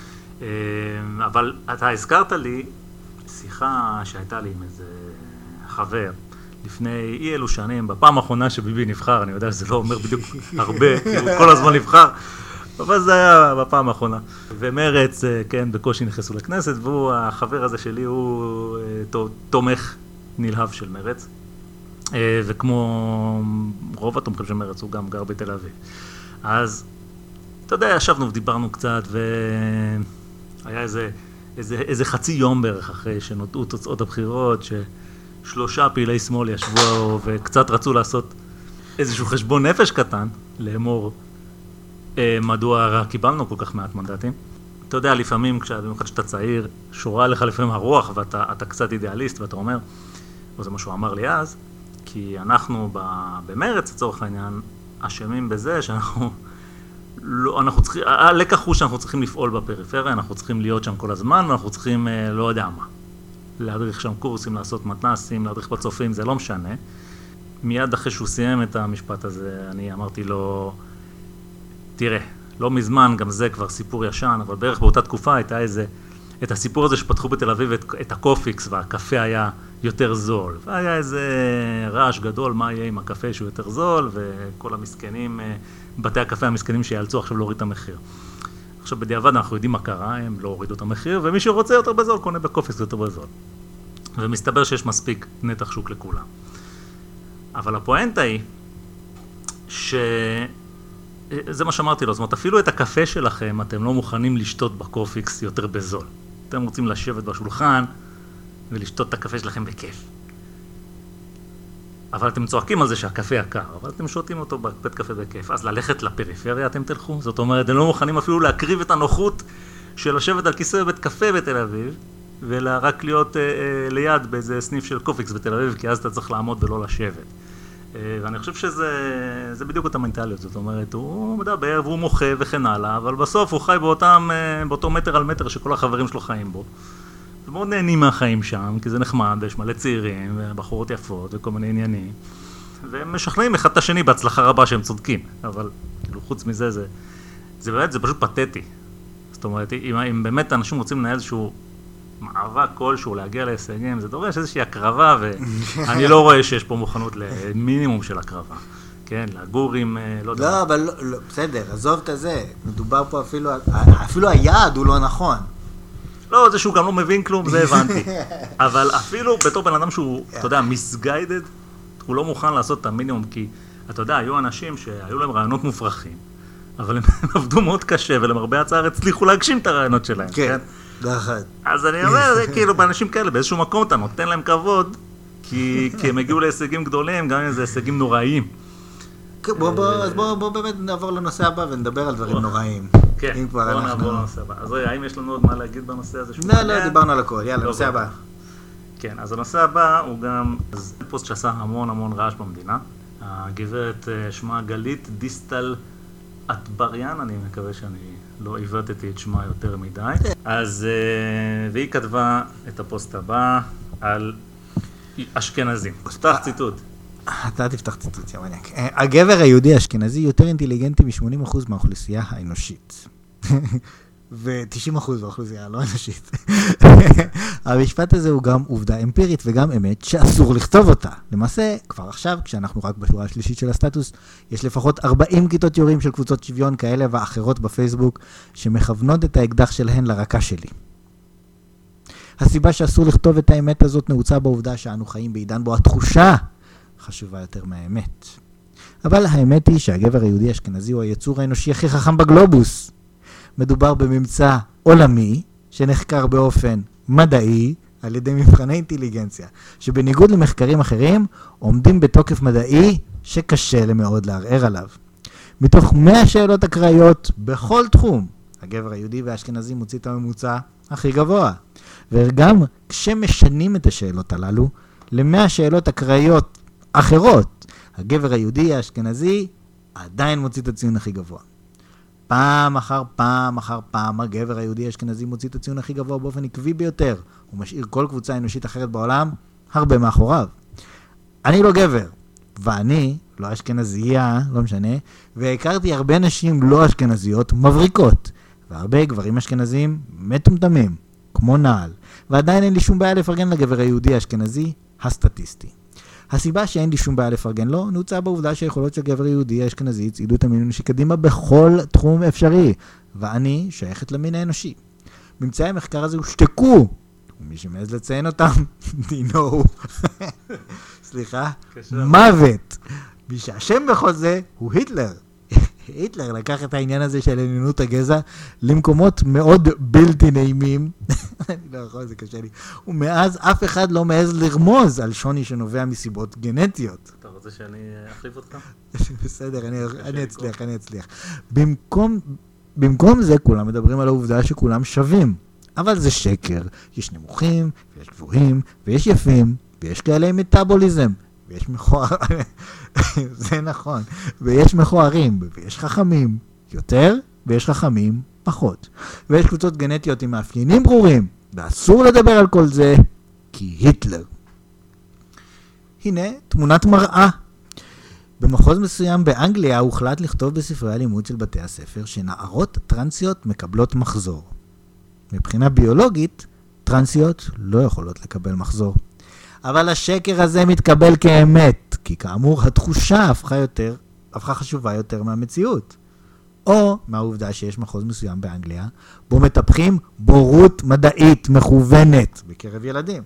אבל אתה הזכרת לי שיחה שהייתה לי עם איזה חבר, לפני אי אלו שנים, בפעם האחרונה שביבי נבחר, אני יודע שזה לא אומר בדיוק הרבה, כי הוא כל הזמן נבחר, אבל זה היה בפעם האחרונה. ומרץ, כן, בקושי נכנסו לכנסת, והוא, החבר הזה שלי, הוא תומך נלהב של מרץ, וכמו רוב התומכים של מרץ, הוא גם גר בתל אביב. אז, אתה יודע, ישבנו ודיברנו קצת, והיה איזה, איזה, איזה חצי יום בערך אחרי שנודעו תוצאות הבחירות, ש... שלושה פעילי שמאל ישבו וקצת רצו לעשות איזשהו חשבון נפש קטן, לאמור אה, מדוע קיבלנו כל כך מעט מנדטים. אתה יודע, לפעמים, במיוחד שאתה צעיר, שורה לך לפעמים הרוח ואתה אתה קצת אידיאליסט ואתה אומר, וזה מה שהוא אמר לי אז, כי אנחנו במרץ, לצורך העניין, אשמים בזה שאנחנו לא, אנחנו צריכים, הלקח הוא שאנחנו צריכים לפעול בפריפריה, אנחנו צריכים להיות שם כל הזמן ואנחנו צריכים, אה, לא יודע מה. להדריך שם קורסים, לעשות מתנסים, להדריך בצופים, זה לא משנה. מיד אחרי שהוא סיים את המשפט הזה, אני אמרתי לו, תראה, לא מזמן, גם זה כבר סיפור ישן, אבל בערך באותה תקופה הייתה איזה, את הסיפור הזה שפתחו בתל אביב את, את הקופיקס, והקפה היה יותר זול. והיה איזה רעש גדול, מה יהיה עם הקפה שהוא יותר זול, וכל המסכנים, בתי הקפה המסכנים שיאלצו עכשיו להוריד את המחיר. עכשיו בדיעבד אנחנו יודעים מה קרה, הם לא הורידו את המחיר, ומי שרוצה יותר בזול קונה בקופיקס יותר בזול. ומסתבר שיש מספיק נתח שוק לכולם. אבל הפואנטה היא, שזה מה שאמרתי לו, זאת אומרת, אפילו את הקפה שלכם אתם לא מוכנים לשתות בקופיקס יותר בזול. אתם רוצים לשבת בשולחן ולשתות את הקפה שלכם בכיף. אבל אתם צועקים על זה שהקפה יקר, אבל אתם שותים אותו בבית קפה בכיף. אז ללכת לפריפריה אתם תלכו? זאת אומרת, אתם לא מוכנים אפילו להקריב את הנוחות של לשבת על כיסא בבית קפה בתל אביב, ורק להיות אה, אה, ליד באיזה סניף של קופיקס בתל אביב, כי אז אתה צריך לעמוד ולא לשבת. אה, ואני חושב שזה זה בדיוק את המנטליות, זאת אומרת, הוא מדבר והוא מוחה וכן הלאה, אבל בסוף הוא חי באותם, אה, באותו מטר על מטר שכל החברים שלו חיים בו. ומאוד נהנים מהחיים שם, כי זה נחמד, ויש מלא צעירים, ובחורות יפות, וכל מיני עניינים. והם משכנעים אחד את השני בהצלחה רבה שהם צודקים. אבל, כאילו, חוץ מזה, זה, זה באמת, זה פשוט פתטי. זאת אומרת, אם, אם באמת אנשים רוצים לנהל איזשהו מאבק כלשהו להגיע להישגים, זה דורש איזושהי הקרבה, ואני לא רואה שיש פה מוכנות למינימום של הקרבה. כן, לגור עם, לא יודע. לא, אבל לא, בסדר, עזוב את זה. מדובר פה אפילו, אפילו היעד הוא לא נכון. לא, זה שהוא גם לא מבין כלום, זה הבנתי. אבל אפילו בתור בן אדם שהוא, אתה יודע, misguided, הוא לא מוכן לעשות את המינימום, כי אתה יודע, היו אנשים שהיו להם רעיונות מופרכים, אבל הם עבדו מאוד קשה, ולמרבה הצער הצליחו להגשים את הרעיונות שלהם. כן, נכון. אז אני אומר, זה כאילו, באנשים כאלה, באיזשהו מקום אתה נותן להם כבוד, כי הם הגיעו להישגים גדולים, גם אם זה הישגים נוראיים. אז בואו באמת נעבור לנושא הבא ונדבר על דברים נוראיים. כן, בואו נעבור לנושא הבא. אז רגע, האם יש לנו עוד מה להגיד בנושא הזה? לא, לא, דיברנו על הכל. יאללה, נושא הבא. כן, אז הנושא הבא הוא גם פוסט שעשה המון המון רעש במדינה. הגברת שמה גלית דיסטל אטבריאן, אני מקווה שאני לא עיוותתי את שמה יותר מדי. אז, והיא כתבה את הפוסט הבא על אשכנזים. פתח ציטוט. אתה תפתח ציטוט, יא מניאק. הגבר היהודי האשכנזי יותר אינטליגנטי מ-שמונים אחוז מהאוכלוסייה האנושית. ו-תשעים אחוז מהאוכלוסייה הלא אנושית. המשפט הזה הוא גם עובדה אמפירית וגם אמת שאסור לכתוב אותה. למעשה, כבר עכשיו, כשאנחנו רק בשורה השלישית של הסטטוס, יש לפחות ארבעים כיתות יורים של קבוצות שוויון כאלה ואחרות בפייסבוק, שמכוונות את האקדח שלהן לרקה שלי. הסיבה שאסור לכתוב את האמת הזאת נעוצה בעובדה שאנו חיים בעידן בו התחושה חשובה יותר מהאמת. אבל האמת היא שהגבר היהודי האשכנזי הוא היצור האנושי הכי חכם בגלובוס. מדובר בממצא עולמי שנחקר באופן מדעי על ידי מבחני אינטליגנציה, שבניגוד למחקרים אחרים עומדים בתוקף מדעי שקשה למאוד לערער עליו. מתוך מאה שאלות אקראיות בכל תחום, הגבר היהודי והאשכנזי מוציא את הממוצע הכי גבוה. וגם כשמשנים את השאלות הללו למאה שאלות אקראיות אחרות, הגבר היהודי האשכנזי עדיין מוציא את הציון הכי גבוה. פעם אחר פעם אחר פעם הגבר היהודי האשכנזי מוציא את הציון הכי גבוה באופן עקבי ביותר. הוא משאיר כל קבוצה אנושית אחרת בעולם הרבה מאחוריו. אני לא גבר, ואני לא אשכנזייה, לא משנה, והכרתי הרבה נשים לא אשכנזיות מבריקות, והרבה גברים אשכנזיים מטומטמים, כמו נעל, ועדיין אין לי שום בעיה לפרגן לגבר היהודי האשכנזי הסטטיסטי. הסיבה שאין לי שום בעיה לפרגן לו נוצאה בעובדה שהיכולות של גבר יהודי האשכנזי הצעידו את המין האנושי קדימה בכל תחום אפשרי, ואני שייכת למין האנושי. ממצאי המחקר הזה הושתקו, ומי שמעז לציין אותם, דינו, סליחה, מוות. מי שהשם בכל זה הוא היטלר. היטלר לקח את העניין הזה של עליונות הגזע למקומות מאוד בלתי נעימים. אני לא יכול, זה קשה לי. ומאז אף אחד לא מעז לרמוז על שוני שנובע מסיבות גנטיות. אתה רוצה שאני אחליף אותך? בסדר, אני, אני אצליח, אני אצליח. במקום, במקום זה כולם מדברים על העובדה שכולם שווים. אבל זה שקר. יש נמוכים, ויש גבוהים, ויש יפים, ויש כאלה עם מטאבוליזם. ויש מכוער, זה נכון, ויש מכוערים, ויש חכמים יותר, ויש חכמים פחות. ויש קבוצות גנטיות עם מאפיינים ברורים, ואסור לדבר על כל זה, כי היטלר. הנה תמונת מראה. במחוז מסוים באנגליה הוחלט לכתוב בספרי הלימוד של בתי הספר שנערות טרנסיות מקבלות מחזור. מבחינה ביולוגית, טרנסיות לא יכולות לקבל מחזור. אבל השקר הזה מתקבל כאמת, כי כאמור התחושה הפכה יותר, הפכה חשובה יותר מהמציאות. או מהעובדה שיש מחוז מסוים באנגליה, בו מטפחים בורות מדעית מכוונת בקרב ילדים.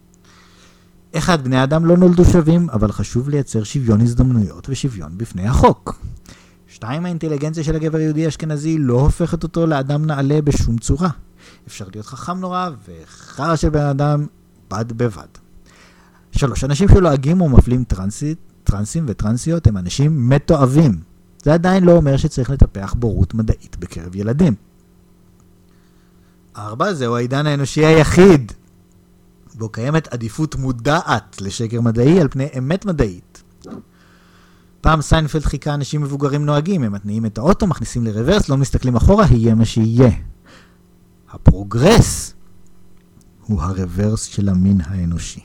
אחד, בני אדם לא נולדו שווים, אבל חשוב לייצר שוויון הזדמנויות ושוויון בפני החוק. שתיים, האינטליגנציה של הגבר היהודי האשכנזי לא הופכת אותו לאדם נעלה בשום צורה. אפשר להיות חכם נורא וחרא של בן אדם בד בבד. שלוש, אנשים שלועגים או מפלים טרנסית, טרנסים וטרנסיות הם אנשים מתועבים. זה עדיין לא אומר שצריך לטפח בורות מדעית בקרב ילדים. ארבע, זהו העידן האנושי היחיד, בו קיימת עדיפות מודעת לשקר מדעי על פני אמת מדעית. פעם סיינפלד חיכה אנשים מבוגרים נוהגים, הם מתניעים את האוטו, מכניסים לרוורס, לא מסתכלים אחורה, יהיה מה שיהיה. הפרוגרס הוא הרוורס של המין האנושי.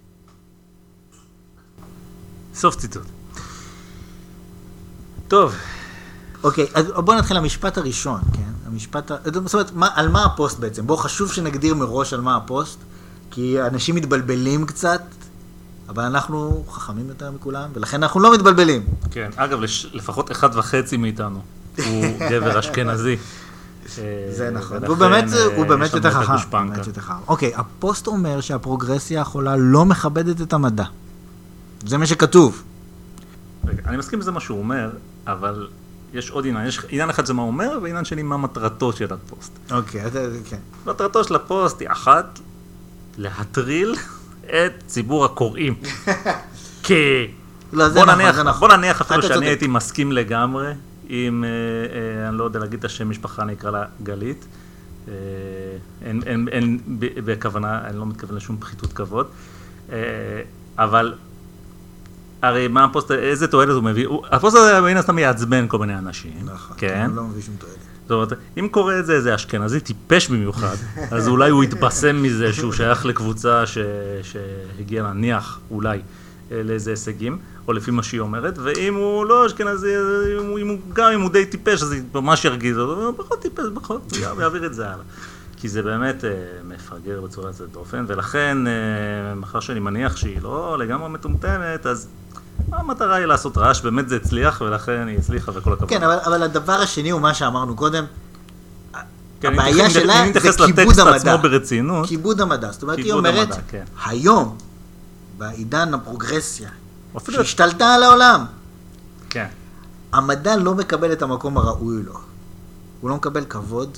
סוף ציטוט. טוב. אוקיי, אז בואו נתחיל המשפט הראשון, כן? המשפט, זאת אומרת, מה, על מה הפוסט בעצם? בואו חשוב שנגדיר מראש על מה הפוסט, כי אנשים מתבלבלים קצת, אבל אנחנו חכמים יותר מכולם, ולכן אנחנו לא מתבלבלים. כן, אגב, לפחות אחד וחצי מאיתנו הוא גבר אשכנזי. זה נכון, הוא באמת, הוא באמת יותר חכם. אוקיי, הפוסט אומר שהפרוגרסיה החולה לא מכבדת את המדע. זה מה שכתוב. רגע, אני מסכים בזה מה שהוא אומר, אבל יש עוד עניין. יש עניין אחד זה מה הוא אומר, ועניין שני מה מטרתו של הפוסט. אוקיי, כן. מטרתו של הפוסט היא אחת, להטריל את ציבור הקוראים. כי בוא נניח, בוא נניח אפילו שאני הייתי מסכים לגמרי, אם, אני לא יודע להגיד את השם משפחה, אני אקרא לה גלית. אין, אין, אין, בכוונה, אני לא מתכוון לשום פחיתות כבוד. אבל, הרי מה הפוסט, איזה תועלת הוא מביא? הפוסט הזה מן הסתם יעצבן כל מיני אנשים. נכון, כן? הוא לא מביא שום תועלת. זאת אומרת, אם קורה את זה, איזה אשכנזי טיפש במיוחד, אז אולי הוא יתבשם מזה שהוא שייך לקבוצה ש... שהגיע להניח אולי לאיזה הישגים, או לפי מה שהיא אומרת, ואם הוא לא אשכנזי, אם הוא, גם אם הוא די טיפש, אז ממש ירגיז אותו, פחות טיפש, פחות, הוא יעביר את זה הלאה. כי זה באמת מפגר בצורה יוצאת דופן, ולכן, מאחר שאני מניח שהיא לא לגמרי מטומטמת, אז המטרה היא לעשות רעש, באמת זה הצליח, ולכן היא הצליחה וכל הכבוד. כן, אבל, אבל הדבר השני הוא מה שאמרנו קודם, כן, הבעיה שלה זה כיבוד המדע. ברצינות, כיבוד המדע. זאת אומרת, היא אומרת, המדע, כן. היום, בעידן הפרוגרסיה, שהשתלטה על העולם, כן. המדע לא מקבל את המקום הראוי לו. הוא לא מקבל כבוד,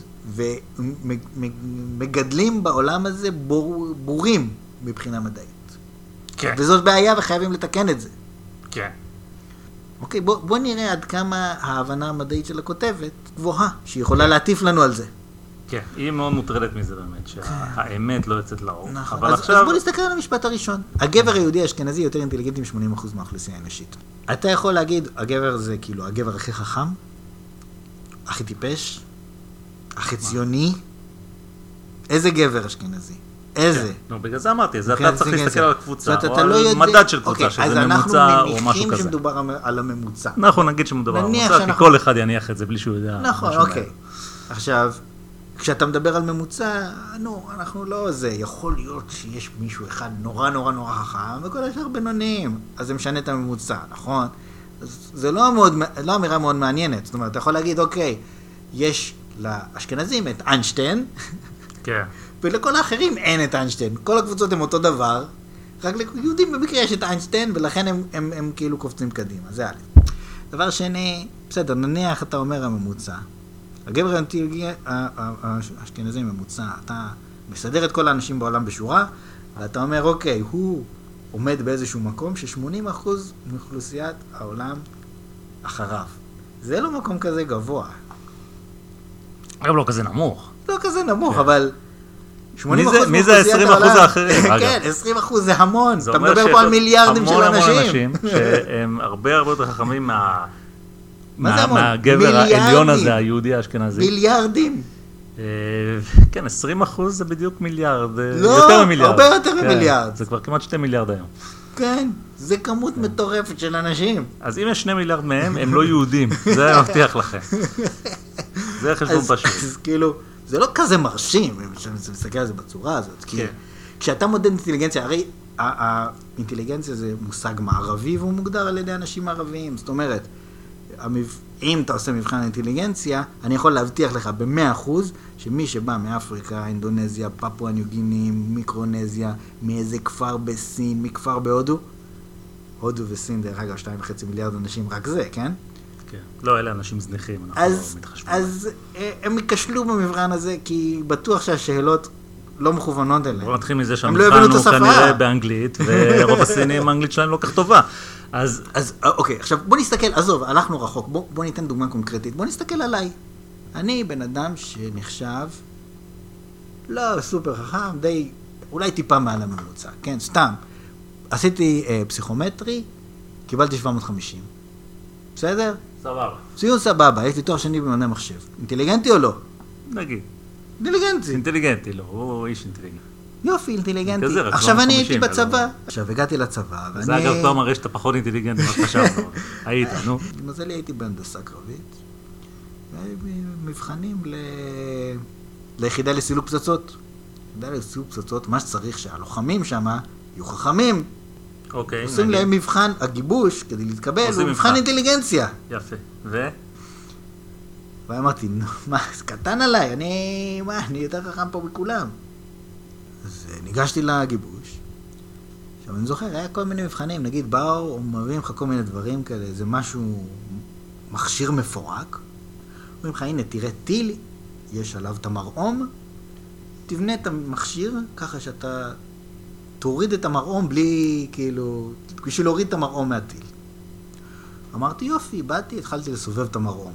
ומגדלים בעולם הזה בור, בורים מבחינה מדעית. כן. וזאת בעיה וחייבים לתקן את זה. כן. אוקיי, בוא, בוא נראה עד כמה ההבנה המדעית של הכותבת גבוהה, שהיא יכולה להטיף לנו על זה. כן, היא מאוד מוטרדת מזה באמת, שהאמת לא יוצאת לאור. נכון, אבל אז, עכשיו... אז בוא נסתכל על המשפט הראשון. הגבר היהודי האשכנזי יותר אינטליגנטי מ-שמונים אחוז מהאוכלוסייה האנושית. אתה יכול להגיד, הגבר זה כאילו הגבר הכי חכם, הכי טיפש, הכי ציוני, איזה גבר אשכנזי? איזה? נו, בגלל זה אמרתי, אז אתה צריך להסתכל על הקבוצה, או על לא מדד של קבוצה, שזה ממוצע או משהו כזה. אז אנחנו מניחים שמדובר על הממוצע. אנחנו נגיד שמדובר על הממוצע, כי כל אחד יניח את זה בלי שהוא יודע. נכון, אוקיי. עכשיו, כשאתה מדבר על ממוצע, נו, אנחנו לא זה, יכול להיות שיש מישהו אחד נורא נורא נורא חכם, וכל השאר בינוניים, אז זה משנה את הממוצע, נכון? זה לא מאוד, לא אמירה מאוד מעניינת, זאת אומרת, אתה יכול להגיד, אוקיי, יש לאשכנזים את איינשטיין, כן. ולכל האחרים אין את איינשטיין. כל הקבוצות הם אותו דבר, רק ליהודים במקרה יש את איינשטיין, ולכן הם, הם, הם כאילו קופצים קדימה. זה א'. דבר שני, בסדר, נניח אתה אומר הממוצע. הגבר האשכנזי ממוצע, אתה מסדר את כל האנשים בעולם בשורה, ואתה אומר, אוקיי, הוא עומד באיזשהו מקום ש-שמונים אחוז מאוכלוסיית העולם אחריו. זה לא מקום כזה גבוה. גם לא כזה נמוך. לא כזה נמוך, אבל... מי זה עשרים אחוז האחרים? כן, עשרים אחוז זה המון. אתה מדבר פה על מיליארדים של אנשים. המון אנשים שהם הרבה הרבה יותר חכמים מהגבר העליון הזה, היהודי האשכנזי. מיליארדים. כן, עשרים אחוז זה בדיוק מיליארד. לא, הרבה יותר ממיליארד. זה כבר כמעט שתי מיליארד היום. כן, זה כמות מטורפת של אנשים. אז אם יש שני מיליארד מהם, הם לא יהודים. זה מבטיח לכם. זה חשבון פשוט. אז כאילו... זה לא כזה מרשים, כשאני מסתכל על זה בצורה הזאת. כי כשאתה מודד אינטליגנציה, הרי האינטליגנציה זה מושג מערבי, והוא מוגדר על ידי אנשים מערביים. זאת אומרת, אם אתה עושה מבחן אינטליגנציה, אני יכול להבטיח לך במאה אחוז, שמי שבא מאפריקה, אינדונזיה, פפואה ניו גיני, מיקרונזיה, מאיזה כפר בסין, מכפר בהודו, הודו וסין, דרך אגב, שתיים וחצי מיליארד אנשים, רק זה, כן? לא, אלה אנשים זניחים, אנחנו אז, לא מתחשבים. אז הם יקשלו במבחן הזה, כי בטוח שהשאלות לא מכוונות אליהם. בוא נתחיל מזה שהמבחן הוא כנראה באנגלית, ורוב הסינים האנגלית שלהם לא כך טובה. אז, אז אוקיי, עכשיו בוא נסתכל, עזוב, הלכנו רחוק, בוא, בוא ניתן דוגמה קונקרטית, בוא נסתכל עליי. אני בן אדם שנחשב, לא סופר חכם, די, אולי טיפה מעל הממוצע, כן, סתם. עשיתי אה, פסיכומטרי, קיבלתי שבע מאות וחמישים. בסדר? סבבה. ציון סבבה, יש לי תואר שני במדעי מחשב. אינטליגנטי או לא? נגיד. אינטליגנטי. אינטליגנטי, לא, הוא איש אינטליגנטי. יופי, אינטליגנטי. עכשיו אני הייתי בצבא. עכשיו הגעתי לצבא, ואני... זה אגב תואר מראה שאתה פחות אינטליגנטי מה שחשבת. היית, נו. למזלי הייתי בהנדסה קרבית. מבחנים ל... ליחידה לסילוק פצצות. יחידה לסילוק פצצות, מה שצריך שהלוחמים שם יהיו חכמים. אוקיי, עושים נגיד. להם מבחן, הגיבוש, כדי להתקבל, הוא מבחן מבחן. אינטליגנציה. יפה. ו? ואמרתי, נו, מה, זה קטן עליי, אני, מה, אני יותר חכם פה מכולם. אז אה, ניגשתי לגיבוש. עכשיו, אני זוכר, היה כל מיני מבחנים, נגיד, באו, מביאים לך כל מיני דברים כאלה, זה משהו, מכשיר מפורק. אומרים לך, הנה, תראה טיל, יש עליו את המרעום, תבנה את המכשיר, ככה שאתה תוריד את המרעום בלי, כאילו, בשביל להוריד את המרעום מהטיל. אמרתי, יופי, באתי, התחלתי לסובב את המרעום.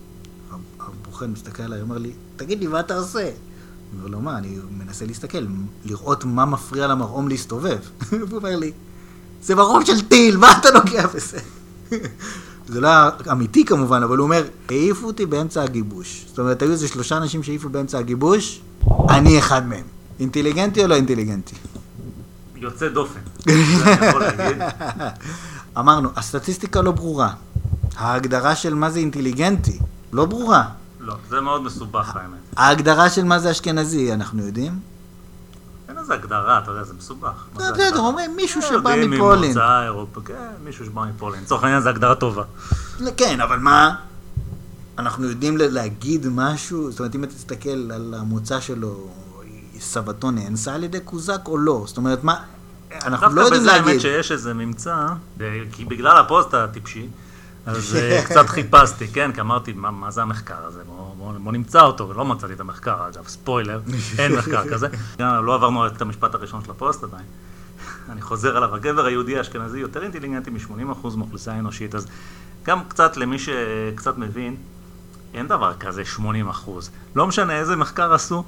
הבוחן מסתכל עליי, אומר לי, תגיד לי, מה אתה עושה? אני אומר לו, מה, אני מנסה להסתכל, לראות מה מפריע למרעום להסתובב. הוא אומר לי, זה מרעום של טיל, מה אתה נוגע בזה? זה לא אמיתי כמובן, אבל הוא אומר, העיפו אותי באמצע הגיבוש. זאת אומרת, היו איזה שלושה אנשים שהעיפו באמצע הגיבוש, אני אחד מהם. אינטליגנטי או לא אינטליגנטי? יוצא דופן. זה אני יכול להגיד. אמרנו, הסטטיסטיקה לא ברורה. ההגדרה של מה זה אינטליגנטי לא ברורה. לא, זה מאוד מסובך האמת. ההגדרה של מה זה אשכנזי, אנחנו יודעים? אין איזה הגדרה, אתה יודע, זה מסובך. מה זה בסדר, הגדרה? אומרים מישהו שבא יודעים מפולין. ממוצא אירופה, כן, מישהו שבא מפולין. לצורך העניין זה הגדרה טובה. כן, אבל מה? אנחנו יודעים להגיד משהו, זאת אומרת, אם אתה תסתכל על המוצא שלו, סבתו נאנסה על ידי קוזק או לא? זאת אומרת, מה? אנחנו לא יודעים דווקא בזה להגיד. האמת שיש איזה ממצא, כי בגלל הפוסט הטיפשי, אז קצת חיפשתי, כן, כי אמרתי, מה, מה זה המחקר הזה? בוא, בוא, בוא נמצא אותו, ולא מצאתי את המחקר, אגב, ספוילר, אין מחקר כזה. לא עברנו את המשפט הראשון של הפוסט עדיין. אני חוזר עליו, הגבר היהודי האשכנזי יותר אינטליגנטי מ-שמונים אחוז מאוכלוסייה האנושית, אז גם קצת למי שקצת מבין, אין דבר כזה שמונים אחוז. לא משנה איזה מחקר עשו,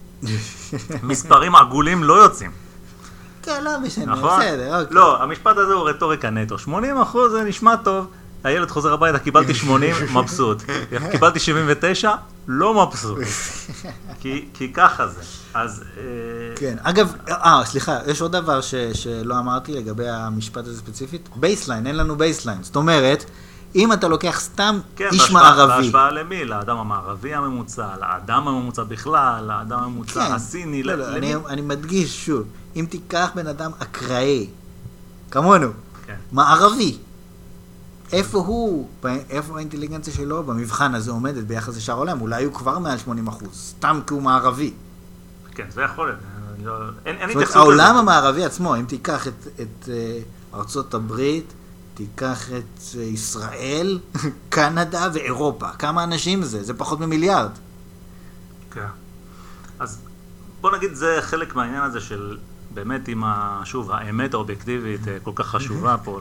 מספרים עגולים לא יוצאים. כן, לא משנה, נכון? בסדר, אוקיי. לא, המשפט הזה הוא רטוריקה נטו. שמונים אחוז זה נשמע טוב, הילד חוזר הביתה, קיבלתי שמונים, מבסוט. קיבלתי שבעים ותשע, לא מבסוט. כי, כי ככה זה. אז... כן, אגב, אה, סליחה, יש עוד דבר ש, שלא אמרתי לגבי המשפט הזה ספציפית. בייסליין, אין לנו בייסליין. זאת אומרת, אם אתה לוקח סתם כן, איש בהשפעה, מערבי. בהשפעה למי? לאדם המערבי הממוצע, לאדם הממוצע בכלל, לאדם הממוצע כן, הסיני, לא, ל- לא, למי? אני, אני מדגיש שוב, אם תיקח בן אדם אקראי, כמונו, כן. מערבי, איפה הוא, איפה האינטליגנציה שלו במבחן הזה עומדת ביחס לשאר העולם? אולי הוא כבר מעל שמונים אחוז, סתם כי הוא מערבי. כן, זה יכול להיות. אני לא- אין אין זאת אומרת, התייחסות העולם לזה. המערבי עצמו, אם תיקח את, את אה, ארצות הברית, תיקח את אה, ישראל, קנדה ואירופה, כמה אנשים זה? זה פחות ממיליארד. כן. אז בוא נגיד, זה חלק מהעניין הזה של באמת עם, ה, שוב, האמת האובייקטיבית אה, כל כך חשובה פה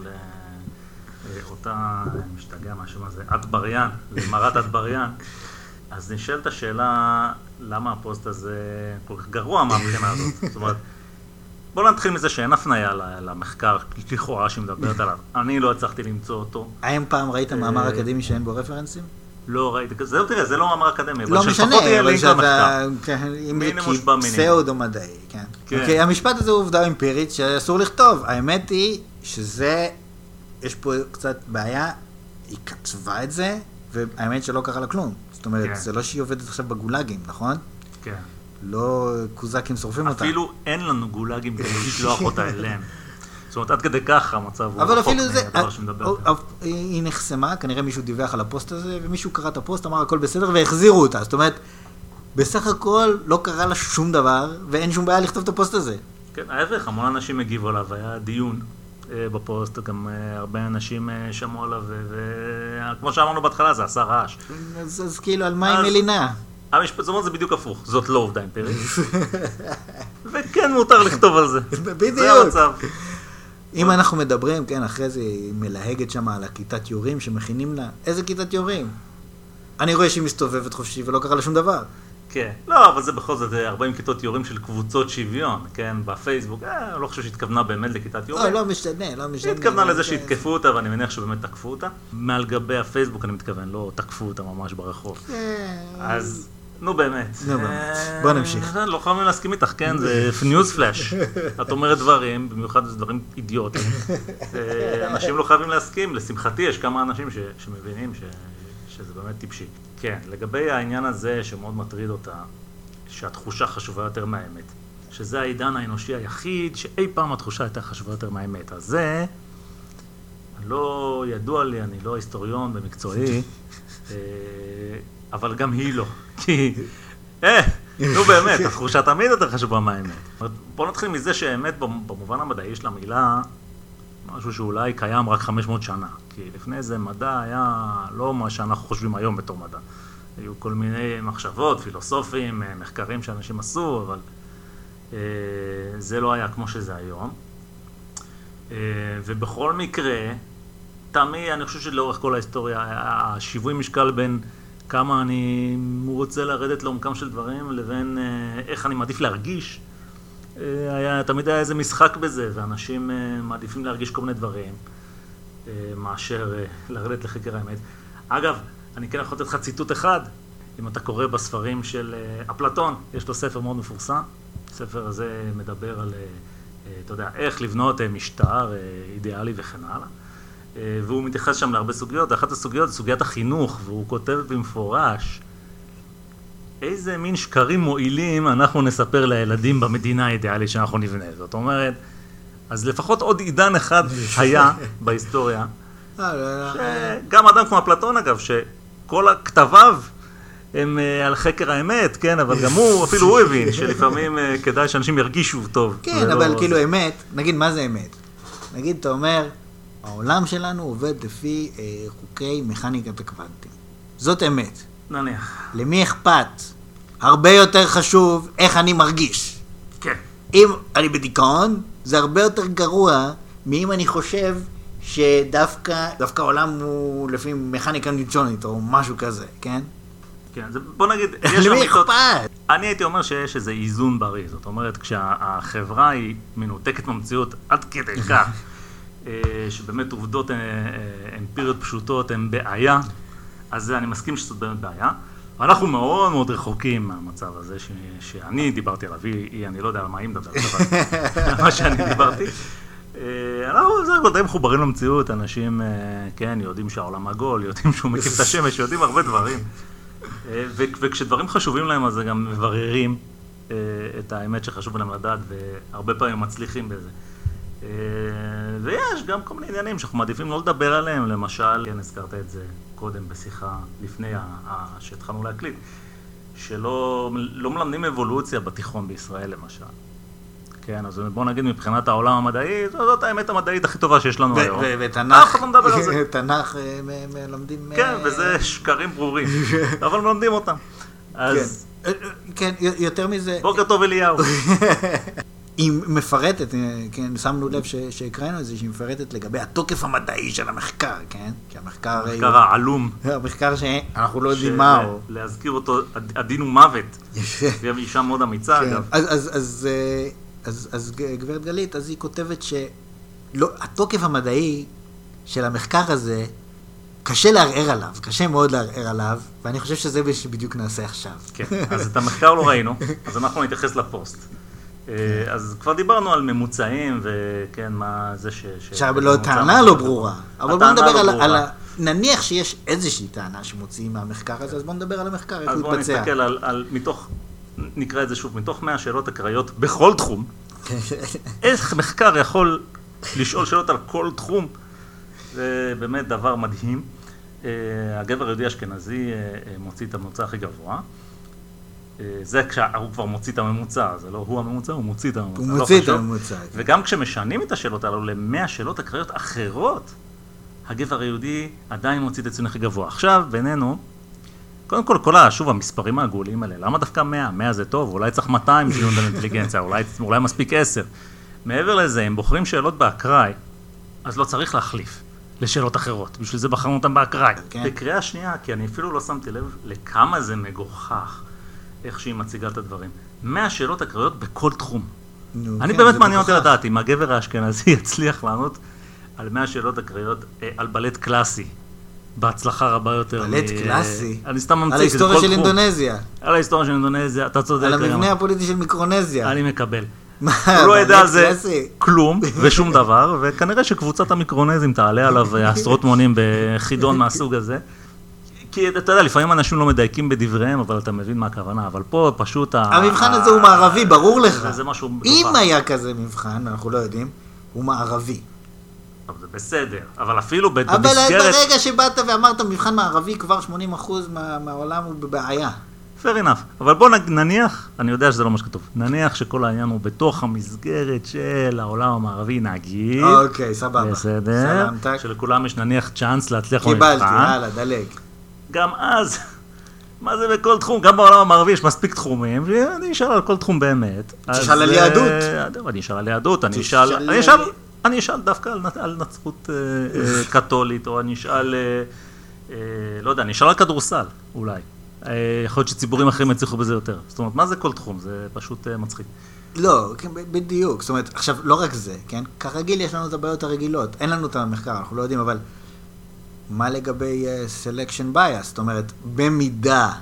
לאותה משתגע, משהו מה זה, אטבריאן, למרת אטבריאן. אז נשאלת השאלה, למה הפוסט הזה כל כך גרוע מהבחינה הזאת? זאת אומרת, בוא נתחיל מזה שאין הפניה ל- למחקר לכאורה שמדברת עליו. אני לא הצלחתי למצוא אותו. האם פעם ראית מאמר אקדמי שאין בו רפרנסים? לא ראיתי, זהו, תראה, זה לא מאמר אקדמי, לא אבל משנה, שלפחות יהיה אבל לינק שאתה... למחקר. כן, אם זה מינימום כי שבא מינימום. פסאודו מדעי, כן. כן. אוקיי, המשפט הזה הוא עובדה אמפירית שאסור לכתוב. האמת היא שזה, יש פה קצת בעיה, היא כתבה את זה, והאמת שלא קרה לה כלום. זאת אומרת, כן. זה לא שהיא עובדת עכשיו בגולגים, נכון? כן. לא קוזקים שורפים אותה. אפילו אין לנו גולגים כדי לשלוח אותה אליהם. זאת אומרת, עד כדי כך המצב הוא אבל רחוק אפילו זה, מהדבר שמדבר אה, עליו. אה, היא נחסמה, כנראה מישהו דיווח על הפוסט הזה, ומישהו קרא את הפוסט, אמר הכל בסדר, והחזירו אותה. זאת אומרת, בסך הכל לא קרה לה שום דבר, ואין שום בעיה לכתוב את הפוסט הזה. כן, ההפך, המון אנשים הגיבו עליו, היה דיון אה, בפוסט, גם אה, הרבה אנשים אה, שמעו עליו, וכמו שאמרנו בהתחלה, זה עשה רעש. אז, אז כאילו, על מה היא אז- מלינה? המשפט, זאת אומרת, זה בדיוק הפוך, זאת לא עובדה אמפירית. וכן מותר לכתוב על זה. בדיוק. זה המצב. אם אנחנו מדברים, כן, אחרי זה היא מלהגת שם על הכיתת יורים שמכינים לה. איזה כיתת יורים? אני רואה שהיא מסתובבת חופשי ולא קרה לה שום דבר. כן, לא, אבל זה בכל זאת ארבעים כיתות יורים של קבוצות שוויון, כן, בפייסבוק, אה, לא חושב שהתכוונה באמת לכיתת לא, יורים. לא משנה, לא משנה. היא התכוונה לזה כן. שהתקפו אותה, ואני מניח שבאמת תקפו אותה. מעל גבי הפייסבוק אני מתכוון, לא תקפו אותה ממש ברחוב. כן. אז, נו באמת. נו באמת. אה, בוא נמשיך. לא חייבים להסכים איתך, כן, זה ניוז פלאש. את אומרת דברים, במיוחד זה דברים אידיוטיים. אה, אנשים לא חייבים להסכים, לשמחתי יש כמה אנשים ש- שמבינים ש- שזה באמת טיפשי. כן, לגבי העניין הזה שמאוד מטריד אותה, שהתחושה חשובה יותר מהאמת. שזה העידן האנושי היחיד שאי פעם התחושה הייתה חשובה יותר מהאמת. אז זה, לא ידוע לי, אני לא היסטוריון במקצועי, אבל גם היא לא. כי, אה, נו באמת, התחושה תמיד יותר חשובה מהאמת. בואו נתחיל מזה שהאמת במובן המדעי של המילה, משהו שאולי קיים רק חמש מאות שנה. כי לפני זה מדע היה לא מה שאנחנו חושבים היום בתור מדע. היו כל מיני מחשבות, פילוסופים, מחקרים שאנשים עשו, אבל אה, זה לא היה כמו שזה היום. אה, ובכל מקרה, תמיד, אני חושב שלאורך כל ההיסטוריה, השיווי משקל בין כמה אני רוצה לרדת לעומקם של דברים, לבין אה, איך אני מעדיף להרגיש, אה, היה, תמיד היה איזה משחק בזה, ואנשים אה, מעדיפים להרגיש כל מיני דברים, אה, מאשר אה, לרדת לחקר האמת. אגב, אני כן יכול לתת לך ציטוט אחד, אם אתה קורא בספרים של uh, אפלטון, יש לו ספר מאוד מפורסם, הספר הזה מדבר על, uh, אתה יודע, איך לבנות uh, משטר uh, אידיאלי וכן הלאה, uh, והוא מתייחס שם להרבה סוגיות, אחת הסוגיות זה סוגיית החינוך, והוא כותב במפורש, איזה מין שקרים מועילים אנחנו נספר לילדים במדינה האידיאלית שאנחנו נבנה. זאת אומרת, אז לפחות עוד עידן אחד היה בהיסטוריה, שגם אדם כמו אפלטון אגב, שכל הכתביו הם על חקר האמת, כן, אבל גם הוא, אפילו הוא הבין שלפעמים כדאי שאנשים ירגישו טוב. כן, אבל כאילו אמת, נגיד מה זה אמת? נגיד אתה אומר, העולם שלנו עובד לפי חוקי מכניקת הקוונטים. זאת אמת. נניח. למי אכפת? הרבה יותר חשוב איך אני מרגיש. כן. אם אני בדיכאון, זה הרבה יותר גרוע מאם אני חושב שדווקא דווקא העולם הוא לפי מכניקה ניוטונית או משהו כזה, כן? כן, זה, בוא נגיד, למי אכפת? אני הייתי אומר שיש איזה איזון בריא, זאת אומרת, כשהחברה היא מנותקת במציאות עד כדי כך, שבאמת עובדות אמפיריות פשוטות הן בעיה, אז אני מסכים שזאת באמת בעיה. אנחנו מאוד מאוד רחוקים מהמצב הזה ש... שאני דיברתי עליו, היא, אני לא יודע על מה היא מדברת, אבל מה שאני דיברתי. אנחנו זה די מחוברים למציאות, אנשים, כן, יודעים שהעולם עגול, יודעים שהוא מקיף את השמש, יודעים הרבה דברים. ו... וכשדברים חשובים להם, אז גם מבררים את האמת שחשוב להם לדעת, והרבה פעמים מצליחים בזה. ויש גם כל מיני עניינים שאנחנו מעדיפים לא לדבר עליהם, למשל, כן, הזכרת את זה קודם בשיחה לפני שהתחלנו להקליט, שלא לא מלמדים אבולוציה בתיכון בישראל למשל. כן, אז בוא נגיד מבחינת העולם המדעי, זאת האמת המדעית הכי טובה שיש לנו היום. ותנ"ך, תנ"ך מלמדים... כן, וזה שקרים ברורים, אבל מלמדים אותם. אז... כן, יותר מזה... בוקר טוב אליהו. היא מפרטת, כן, שמנו לב שהקראנו את זה, שהיא מפרטת לגבי התוקף המדעי של המחקר, כן? כי המחקר... המחקר העלום. המחקר שאנחנו לא יודעים מה הוא. להזכיר אותו, הדין הוא מוות. והיא אישה מאוד אמיצה, אגב. אז גברת גלית, אז היא כותבת שהתוקף המדעי של המחקר הזה, קשה לערער עליו, קשה מאוד לערער עליו, ואני חושב שזה בדיוק נעשה עכשיו. כן, אז את המחקר לא ראינו, אז אנחנו נתייחס לפוסט. אז כבר דיברנו על ממוצעים, וכן, מה זה ש... עכשיו, לא, טענה לא ברורה. אבל בוא נדבר על... נניח שיש איזושהי טענה שמוציאים מהמחקר הזה, אז בוא נדבר על המחקר, איך הוא יתבצע. אז בוא נסתכל על מתוך, נקרא את זה שוב, מתוך מאה שאלות הקראיות בכל תחום, איך מחקר יכול לשאול שאלות על כל תחום, זה באמת דבר מדהים. הגבר היהודי אשכנזי מוציא את הממוצע הכי גבוה, זה כשהוא כבר מוציא את הממוצע, זה לא הוא הממוצע, הוא מוציא את הממוצע. הוא מוציא את הממוצע. וגם כשמשנים את השאלות הללו למאה שאלות הקראיות אחרות, הגבר היהודי עדיין מוציא את הציון הכי גבוה. עכשיו, בינינו, קודם כל, כל שוב, המספרים העגולים האלה, למה דווקא מאה? מאה זה טוב, אולי צריך מאתיים ציון באינטליגנציה, אולי, אולי מספיק עשר. מעבר לזה, הם בוחרים שאלות באקראי, אז לא צריך להחליף לשאלות אחרות, בשביל זה בחרנו אותם באקראי. כן. בקריאה שנייה, כי אני אפילו לא שמתי לב לכמה זה מגוחך. איך שהיא מציגה את הדברים. מאה שאלות הקראיות בכל תחום. אני באמת מעניין אותי לדעת, אם הגבר האשכנזי יצליח לענות על מאה שאלות הקראיות על בלט קלאסי, בהצלחה רבה יותר. בלט קלאסי? אני סתם ממציא. על ההיסטוריה של אינדונזיה. על ההיסטוריה של אינדונזיה, אתה צודק. על המבנה הפוליטי של מיקרונזיה. אני מקבל. הוא לא ידע על זה כלום ושום דבר, וכנראה שקבוצת המיקרונזים תעלה עליו עשרות מונים בחידון מהסוג הזה. כי אתה יודע, לפעמים אנשים לא מדייקים בדבריהם, אבל אתה מבין מה הכוונה, אבל פה פשוט... המבחן הזה הוא מערבי, ברור לך. זה משהו... אם היה כזה מבחן, אנחנו לא יודעים, הוא מערבי. אבל זה בסדר, אבל אפילו במסגרת... אבל ברגע שבאת ואמרת מבחן מערבי, כבר שמונים אחוז מהעולם הוא בבעיה. fair enough, אבל בוא נניח, אני יודע שזה לא מה שכתוב, נניח שכל העניין הוא בתוך המסגרת של העולם המערבי, נגיד. אוקיי, סבבה. בסדר, שלכולם יש נניח צ'אנס להצליח במבחן. קיבלתי, יאללה, דלג. גם אז, מה זה בכל תחום? גם בעולם המערבי יש מספיק תחומים, ואני אשאל על כל תחום באמת. תשאל על יהדות. אני אשאל על יהדות, אני אשאל דווקא על נצרות קתולית, או אני אשאל, לא יודע, אני אשאל על כדורסל, אולי. יכול להיות שציבורים אחרים יצליחו בזה יותר. זאת אומרת, מה זה כל תחום? זה פשוט מצחיק. לא, בדיוק. זאת אומרת, עכשיו, לא רק זה, כן? כרגיל יש לנו את הבעיות הרגילות. אין לנו את המחקר, אנחנו לא יודעים, אבל מה לגבי selection bias? זאת אומרת, במידה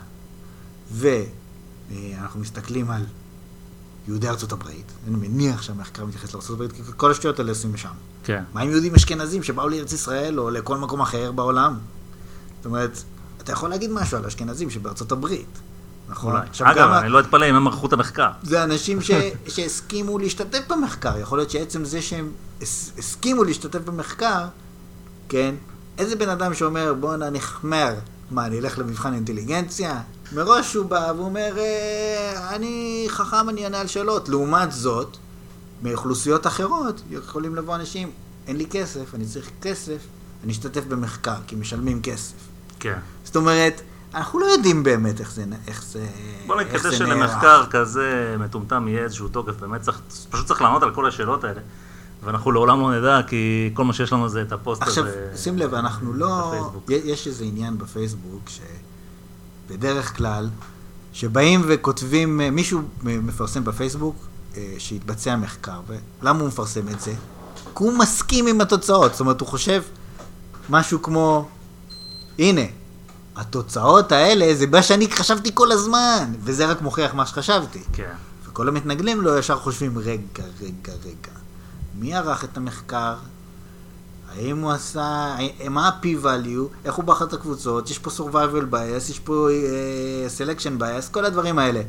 ואנחנו מסתכלים על יהודי ארצות הברית, אני מניח שהמחקר מתייחס לארצות הברית, כי כל השטויות האלה עושים משם. כן. מה עם יהודים אשכנזים שבאו לארץ ישראל או לכל מקום אחר בעולם? זאת אומרת, אתה יכול להגיד משהו על אשכנזים שבארצות הברית, נכון? אולי. אגב, אני לא אתפלא אם הם ערכו את המחקר. זה אנשים שהסכימו להשתתף במחקר. יכול להיות שעצם זה שהם הסכימו להשתתף במחקר, כן? איזה בן אדם שאומר, בוא נחמר, מה, אני אלך למבחן אינטליגנציה? מראש הוא בא ואומר, אני חכם, אני אענה על שאלות. לעומת זאת, מאוכלוסיות אחרות יכולים לבוא אנשים, אין לי כסף, אני צריך כסף, אני אשתתף במחקר, כי משלמים כסף. כן. זאת אומרת, אנחנו לא יודעים באמת איך זה, איך זה, בוא נגיד, כדי שלמחקר כזה מטומטם יהיה איזשהו תוקף, באמת צריך, פשוט צריך לענות על כל השאלות האלה, ואנחנו לעולם לא נדע, כי כל מה שיש לנו זה את הפוסט הזה. עכשיו, שים לב, אנחנו לא, יש איזה עניין בפייסבוק, שבדרך כלל, שבאים וכותבים, מישהו מפרסם בפייסבוק, שהתבצע מחקר, ולמה הוא מפרסם את זה? כי הוא מסכים עם התוצאות, זאת אומרת, הוא חושב משהו כמו, הנה, התוצאות האלה זה מה שאני חשבתי כל הזמן, וזה רק מוכיח מה שחשבתי. כן. וכל המתנגלים לו ישר חושבים, רגע, רגע, רגע. מי ערך את המחקר? האם הוא עשה, מה ה-P-value? איך הוא בחר את הקבוצות? יש פה survival bias, יש פה uh, selection bias, כל הדברים האלה.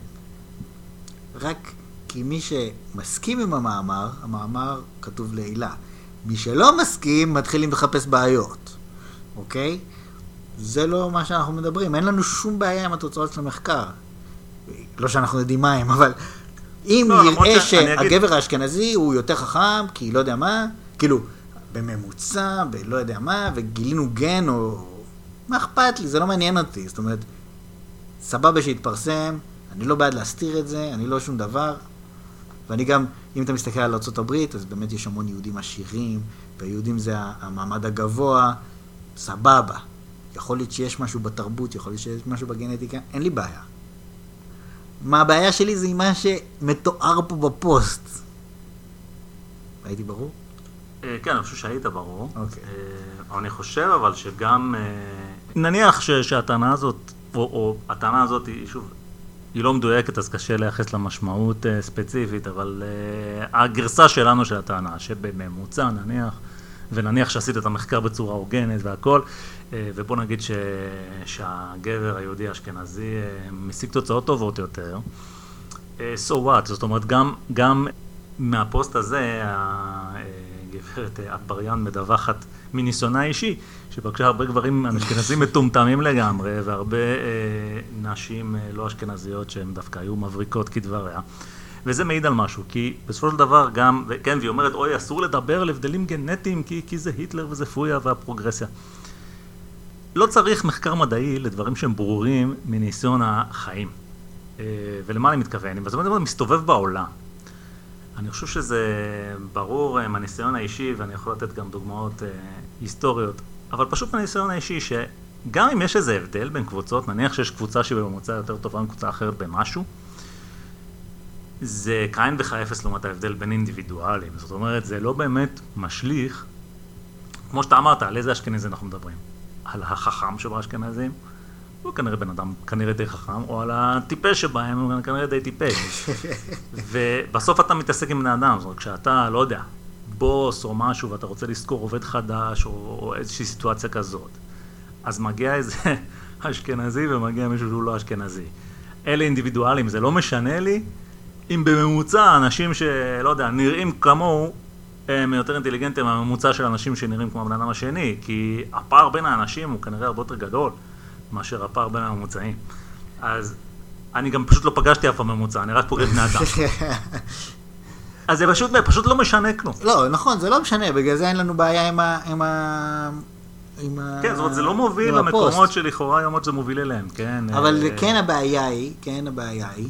רק כי מי שמסכים עם המאמר, המאמר כתוב לעילה. מי שלא מסכים, מתחילים לחפש בעיות. אוקיי? זה לא מה שאנחנו מדברים. אין לנו שום בעיה עם התוצאות של המחקר. לא שאנחנו יודעים מה הם, אבל אם לא, יראה שהגבר אגיד... האשכנזי הוא יותר חכם, כי לא יודע מה, כאילו, בממוצע, בלא יודע מה, וגילינו גן, או... מה אכפת לי? זה לא מעניין אותי. זאת אומרת, סבבה שהתפרסם, אני לא בעד להסתיר את זה, אני לא שום דבר. ואני גם, אם אתה מסתכל על ארצות הברית, אז באמת יש המון יהודים עשירים, והיהודים זה המעמד הגבוה, סבבה. יכול להיות שיש משהו בתרבות, יכול להיות שיש משהו בגנטיקה, אין לי בעיה. מה הבעיה שלי זה עם מה שמתואר פה בפוסט. הייתי ברור? כן, אני חושב שהיית ברור. אוקיי. אני חושב אבל שגם, נניח שהטענה הזאת, או הטענה הזאת היא, שוב, היא לא מדויקת, אז קשה לייחס למשמעות ספציפית, אבל הגרסה שלנו של הטענה, שבממוצע נניח, ונניח שעשית את המחקר בצורה הוגנת והכל, ובוא נגיד ש... שהגבר היהודי האשכנזי משיג תוצאות טובות יותר. So what? זאת אומרת, גם, גם מהפוסט הזה, הגברת אטבריאן מדווחת מניסיונה אישי, שפגשה הרבה גברים אשכנזים מטומטמים לגמרי, והרבה נשים לא אשכנזיות שהן דווקא היו מבריקות כדבריה. וזה מעיד על משהו, כי בסופו של דבר גם, כן, והיא אומרת, אוי, אסור לדבר על הבדלים גנטיים, כי, כי זה היטלר וזה פויה והפרוגרסיה. לא צריך מחקר מדעי לדברים שהם ברורים מניסיון החיים. ולמה אני מתכוון? זאת אומרת, מסתובב בעולם. אני חושב שזה ברור מהניסיון האישי, ואני יכול לתת גם דוגמאות היסטוריות, אבל פשוט מהניסיון האישי, שגם אם יש איזה הבדל בין קבוצות, נניח שיש קבוצה שבממוצע יותר טובה מקבוצה אחרת במשהו, זה כאין בך אפס לעומת ההבדל בין אינדיבידואלים. זאת אומרת, זה לא באמת משליך, כמו שאתה אמרת, על איזה אשכנזי אנחנו מדברים. על החכם שבאשכנזים, הוא כנראה בן אדם, כנראה די חכם, או על הטיפש שבהם, הוא כנראה די טיפש. ובסוף אתה מתעסק עם בני אדם, זאת אומרת, כשאתה, לא יודע, בוס או משהו, ואתה רוצה לזכור עובד חדש, או, או איזושהי סיטואציה כזאת, אז מגיע איזה אשכנזי ומגיע מישהו שהוא לא אשכנזי. אלה אינדיבידואלים, זה לא משנה לי אם בממוצע אנשים שלא יודע, נראים כמוהו, הם יותר אינטליגנטים מהממוצע של אנשים שנראים כמו הבן אדם השני, כי הפער בין האנשים הוא כנראה הרבה יותר גדול מאשר הפער בין הממוצעים. אז אני גם פשוט לא פגשתי אף הממוצע, אני רק פוגש בני אדם. אז זה פשוט, פשוט לא משנה כלום. לא, נכון, זה לא משנה, בגלל זה אין לנו בעיה עם ה... עם ה... עם ה... כן, זאת אומרת, זה לא מוביל למקומות שלכאורה היום זה מוביל אליהם, כן? אבל כן הבעיה היא, כן הבעיה היא,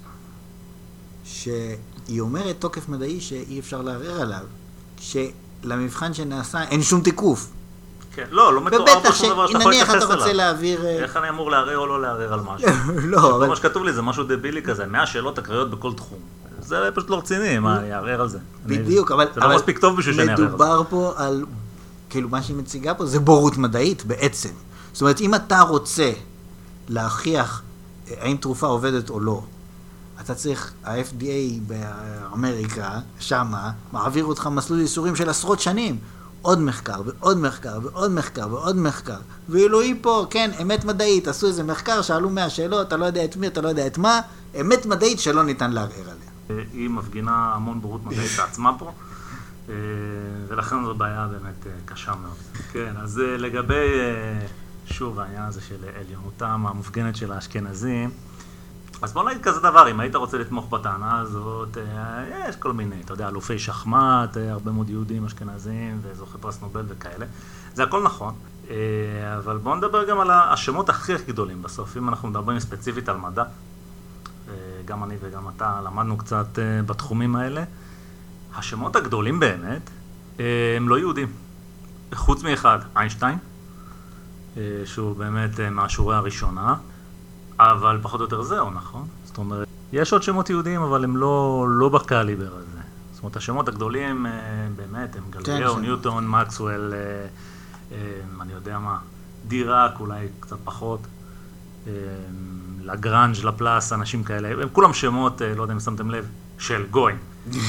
שהיא אומרת תוקף מדעי שאי אפשר לערער עליו, שלמבחן שנעשה אין שום תיקוף. כן, לא, לא מתואר פה שום דבר שאתה יכול להתייחס אליו. נניח אתה רוצה להעביר... איך אני אמור לערער או לא לערער על משהו? לא, אבל... מה שכתוב לי זה משהו דבילי כזה, מאה שאלות אקראיות בכל תחום. זה פשוט לא רציני, מה, יערער על זה. בדיוק, אבל... זה לא מספיק טוב בשביל שאני אערער על זה. מדובר פה על... כאילו, מה שהיא מציגה פה זה בורות מדעית בעצם. זאת אומרת, אם אתה רוצה להוכיח האם תרופה עובדת או לא, אתה צריך, ה-אף די איי באמריקה, שמה, מעביר אותך מסלול ייסורים של עשרות שנים. עוד מחקר, ועוד מחקר, ועוד מחקר, ועוד מחקר. ואלוהי פה, כן, אמת מדעית, עשו איזה מחקר, שאלו מאה שאלות, אתה לא יודע את מי, אתה לא יודע את מה, אמת מדעית שלא ניתן לערער עליה. היא מפגינה המון בורות מדעית בעצמה פה, ולכן זו בעיה באמת קשה מאוד. כן, אז לגבי, שוב, העניין הזה של עליונותם המופגנת של האשכנזים, אז בוא נגיד כזה דבר, אם היית רוצה לתמוך בטענה הזאת, יש כל מיני, אתה יודע, אלופי שחמט, הרבה מאוד יהודים אשכנזים וזוכי פרס נובל וכאלה. זה הכל נכון, אבל בוא נדבר גם על השמות הכי הכי גדולים בסוף. אם אנחנו מדברים ספציפית על מדע, גם אני וגם אתה למדנו קצת בתחומים האלה, השמות הגדולים באמת הם לא יהודים, חוץ מאחד, איינשטיין, שהוא באמת מהשורה הראשונה, אבל פחות או יותר זהו, נכון? זאת אומרת, יש עוד שמות יהודיים, אבל הם לא, לא בקליבר הזה. זאת אומרת, השמות הגדולים באמת הם גליליאו, ניוטון, מקסוול, אני יודע מה, דיראק, אולי קצת פחות, לגרנג', לפלס, אנשים כאלה, הם כולם שמות, לא יודע אם שמתם לב, של גויים.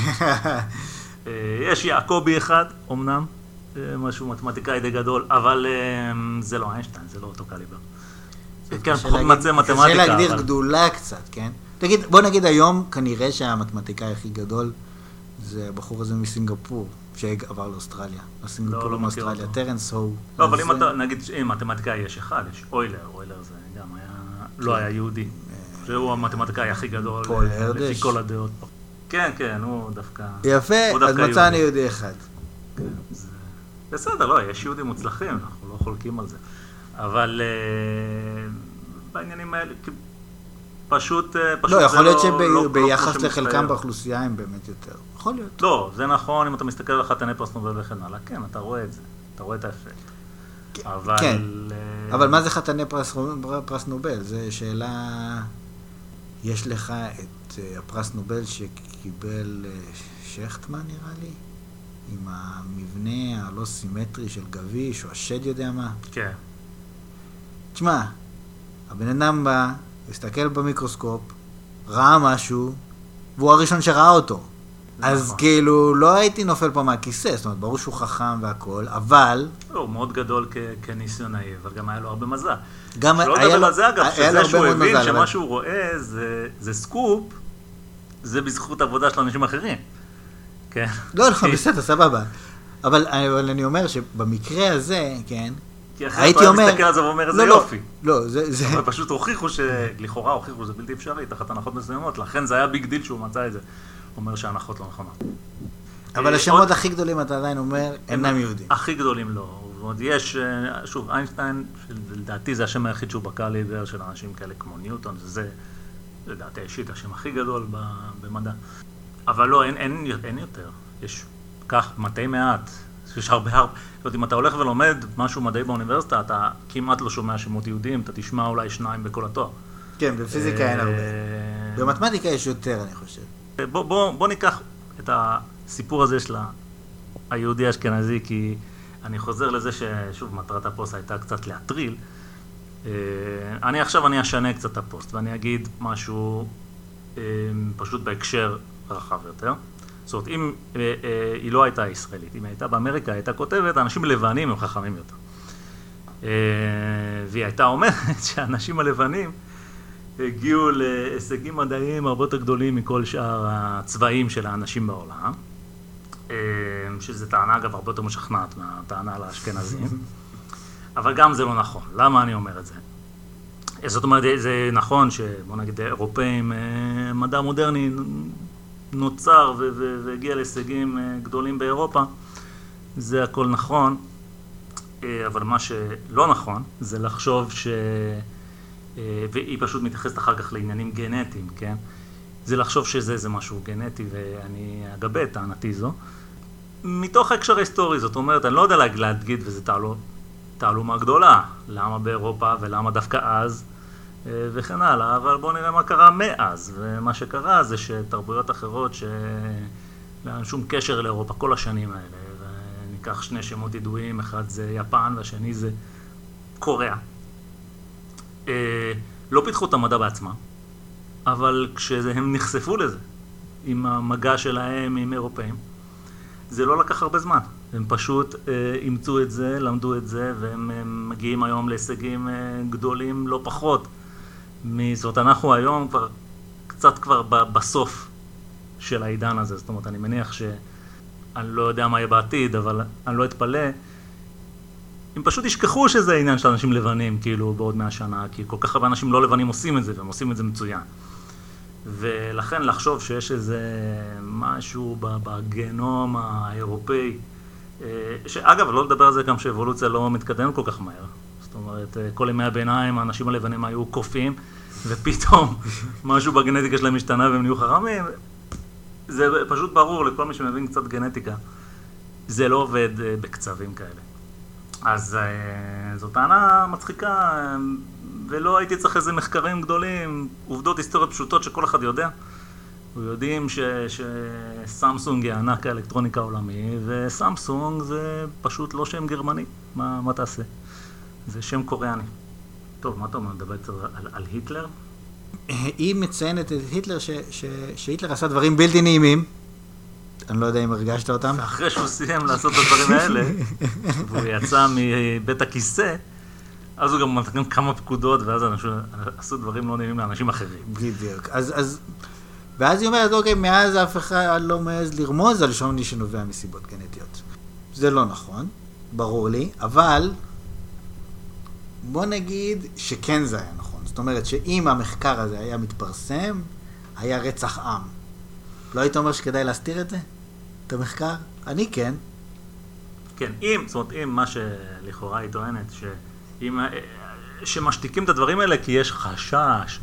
יש יעקובי אחד, אמנם, משהו מתמטיקאי די גדול, אבל זה לא איינשטיין, זה לא אותו קליבר. כן, פחות מצא מתמטיקה. קשה להגדיר גדולה קצת, כן? תגיד, בוא נגיד היום, כנראה שהמתמטיקאי הכי גדול זה הבחור הזה מסינגפור, שעבר לאוסטרליה. הסינגפור מאוסטרליה, טרנס הו. לא, אבל אם אתה, נגיד, אם מתמטיקאי יש אחד, יש אוילר, אוילר זה גם היה, לא היה יהודי. שהוא המתמטיקאי הכי גדול, לפי כל הדעות פה. כן, כן, הוא דווקא... יפה, אז מצאנו יהודי אחד. בסדר, לא, יש יהודים מוצלחים, אנחנו לא חולקים על זה. אבל בעניינים האלה, פשוט לא, יכול להיות שביחס לחלקם באוכלוסייה הם באמת יותר. יכול להיות. לא, זה נכון, אם אתה מסתכל על חתני פרס נובל וכן הלאה, כן, אתה רואה את זה, אתה רואה את האפקט. כן, אבל מה זה חתני פרס נובל? זו שאלה, יש לך את הפרס נובל שקיבל שכטמן נראה לי? עם המבנה הלא סימטרי של גביש, או השד יודע מה. כן. תשמע, הבן אדם בא, הסתכל במיקרוסקופ, ראה משהו, והוא הראשון שראה אותו. אז כאילו, לא הייתי נופל פה מהכיסא, זאת אומרת, ברור שהוא חכם והכל, אבל... לא, הוא מאוד גדול כניסיונאי, אבל גם היה לו הרבה מזל. גם היה לו הרבה מזל, אגב, שזה שהוא הבין שמה שהוא רואה זה סקופ, זה בזכות העבודה של אנשים אחרים. כן. לא, לא, בסדר, סבבה. אבל, אבל אני אומר שבמקרה הזה, כן, כי אחרי אתה מסתכל על זה ואומר, זה יופי. לא, זה... זה... אבל פשוט הוכיחו שלכאורה הוכיחו שזה בלתי אפשרי, תחת הנחות מסוימות, לכן זה היה ביג דיל שהוא מצא את זה. הוא אומר שההנחות לא נכונות. אבל השמות הכי גדולים, אתה עדיין אומר, אינם יהודים. הכי גדולים לא. ועוד יש, שוב, איינשטיין, לדעתי זה השם היחיד שהוא בקליבר של אנשים כאלה כמו ניוטון, זה, לדעתי האישית, השם הכי גדול במדע. אבל לא, אין, אין, אין יותר. יש כך, מתי מעט. יש הרבה הרבה. זאת אומרת, אם אתה הולך ולומד משהו מדעי באוניברסיטה, אתה כמעט לא שומע שמות יהודים, אתה תשמע אולי שניים בכל התואר. כן, בפיזיקה אין הרבה. במתמטיקה יש יותר, אני חושב. בוא, בוא, בוא ניקח את הסיפור הזה של היהודי האשכנזי, כי אני חוזר לזה ששוב, מטרת הפוסט הייתה קצת להטריל. אני עכשיו, אני אשנה קצת הפוסט, ואני אגיד משהו פשוט בהקשר רחב יותר. זאת אומרת, אם אה, אה, היא לא הייתה ישראלית, אם היא הייתה באמריקה, הייתה כותבת, אנשים לבנים הם חכמים יותר. והיא הייתה אומרת שהאנשים הלבנים הגיעו להישגים מדעיים הרבה יותר גדולים מכל שאר הצבעים של האנשים בעולם, שזו טענה אגב הרבה יותר משכנעת מהטענה על האשכנזים, אבל גם זה לא נכון. למה אני אומר את זה? זאת אומרת, זה נכון שבוא נגיד אירופאים, מדע מודרני נוצר והגיע להישגים גדולים באירופה, זה הכל נכון, אבל מה שלא נכון זה לחשוב ש... והיא פשוט מתייחסת אחר כך לעניינים גנטיים, כן? זה לחשוב שזה זה משהו גנטי, ואני אגבה את טענתי זו. מתוך ההקשר ההיסטורי, זאת אומרת, אני לא יודע להגיד, וזה תעלומה גדולה, למה באירופה ולמה דווקא אז, וכן הלאה, אבל בואו נראה מה קרה מאז, ומה שקרה זה שתרבויות אחרות שאין שום קשר לאירופה כל השנים האלה, וניקח שני שמות ידועים, אחד זה יפן והשני זה קוריאה. לא פיתחו את המדע בעצמה, אבל כשהם נחשפו לזה, עם המגע שלהם עם אירופאים, זה לא לקח הרבה זמן. הם פשוט אימצו את זה, למדו את זה, והם מגיעים היום להישגים גדולים לא פחות. זאת אנחנו היום כבר קצת כבר בסוף של העידן הזה. זאת אומרת, אני מניח שאני לא יודע מה יהיה בעתיד, אבל אני לא אתפלא. הם פשוט ישכחו שזה עניין של אנשים לבנים, כאילו, בעוד מאה שנה, כי כל כך הרבה אנשים לא לבנים עושים את זה, והם עושים את זה מצוין. ולכן לחשוב שיש איזה משהו בגנום האירופאי, שאגב, לא לדבר על זה גם שאבולוציה לא מתקדמת כל כך מהר. זאת אומרת, כל ימי הביניים, האנשים הלבנים היו קופים, ופתאום משהו בגנטיקה שלהם השתנה והם נהיו חרמים. זה פשוט ברור לכל מי שמבין קצת גנטיקה. זה לא עובד בקצבים כאלה. אז זו טענה מצחיקה, ולא הייתי צריך איזה מחקרים גדולים, עובדות היסטוריות פשוטות שכל אחד יודע. יודעים שסמסונג היא ענק האלקטרוניקה העולמי, וסמסונג זה פשוט לא שם גרמני. מה, מה תעשה? זה שם קוריאני. טוב, מה אתה אומר? מדבר על, על היטלר? היא מציינת את היטלר, ש, ש, שהיטלר עשה דברים בלתי נעימים. אני לא יודע אם הרגשת אותם. אחרי שהוא סיים לעשות את הדברים האלה, והוא יצא מבית הכיסא, אז הוא גם נתן כמה פקודות, ואז אנשים עשו דברים לא נעימים לאנשים אחרים. בדיוק. אז, אז, ואז היא אומרת, אוקיי, מאז אף אחד לא מעז לרמוז על שוני שנובע מסיבות גנטיות. זה לא נכון, ברור לי, אבל בוא נגיד שכן זה היה נכון. זאת אומרת שאם המחקר הזה היה מתפרסם, היה רצח עם. לא היית אומר שכדאי להסתיר את זה? את המחקר? אני כן. כן, אם, זאת אומרת, אם מה שלכאורה היא טוענת, שאם, שמשתיקים את הדברים האלה כי יש חשש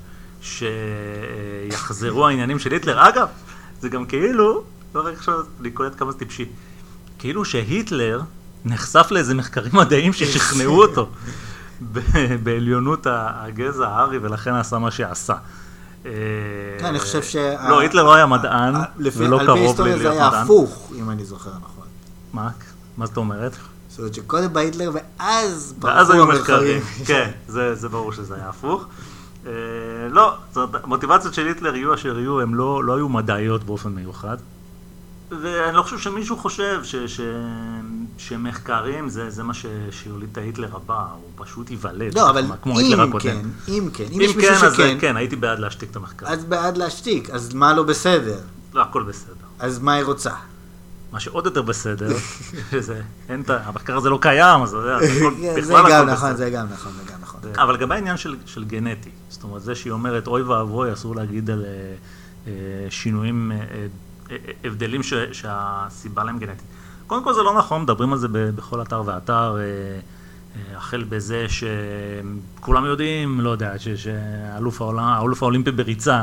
שיחזרו העניינים של היטלר. אגב, זה גם כאילו, לא רק עכשיו לקולט כמה זה טיפשי, כאילו שהיטלר נחשף לאיזה מחקרים מדעיים ששכנעו אותו בעליונות הגזע הארי, ולכן עשה מה שעשה. כן, אני חושב ש... לא, היטלר לא היה מדען, ולא קרוב להיות מדען. זה היה הפוך, אם אני זוכר נכון. מה? מה זאת אומרת? זאת אומרת שקודם בהיטלר, ואז ואז היו מחקרים. כן, זה ברור שזה היה הפוך. לא, זאת אומרת, המוטיבציות של היטלר יהיו אשר יהיו, הן לא היו מדעיות באופן מיוחד. ואני לא חושב שמישהו חושב שמחקרים זה מה שיוליד את ההיטלר הבא, הוא פשוט ייוולד. לא, אבל אם כן, אם כן, אם כן, אז כן, הייתי בעד להשתיק את המחקר. אז בעד להשתיק, אז מה לא בסדר? לא, הכל בסדר. אז מה היא רוצה? מה שעוד יותר בסדר, המחקר הזה לא קיים, אז זה גם נכון, זה גם נכון, זה גם נכון. אבל גם העניין של גנטי, זאת אומרת, זה שהיא אומרת, אוי ואבוי, אסור להגיד על שינויים, הבדלים שהסיבה להם גנטית. קודם כל זה לא נכון, מדברים על זה בכל אתר ואתר, החל בזה שכולם יודעים, לא יודע, שהאלוף האולימפי בריצה,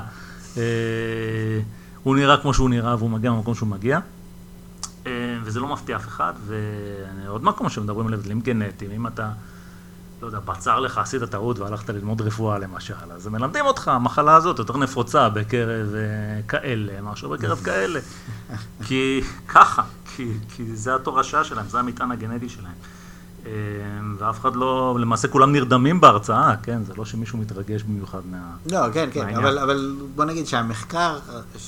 הוא נראה כמו שהוא נראה והוא מגיע במקום שהוא מגיע, וזה לא מפתיע אף אחד. ועוד מקום שמדברים על הבדלים גנטיים, אם אתה, לא יודע, בצר לך, עשית טעות והלכת ללמוד רפואה למשל, אז הם מלמדים אותך, המחלה הזאת יותר נפוצה בקרב כאלה, משהו בקרב כאלה. כי ככה, כי, כי זה התורשה שלהם, זה המטען הגנטי שלהם. ואף אחד לא, למעשה כולם נרדמים בהרצאה, כן? זה לא שמישהו מתרגש במיוחד מה... לא, כן, כן, אבל, אבל בוא נגיד שהמחקר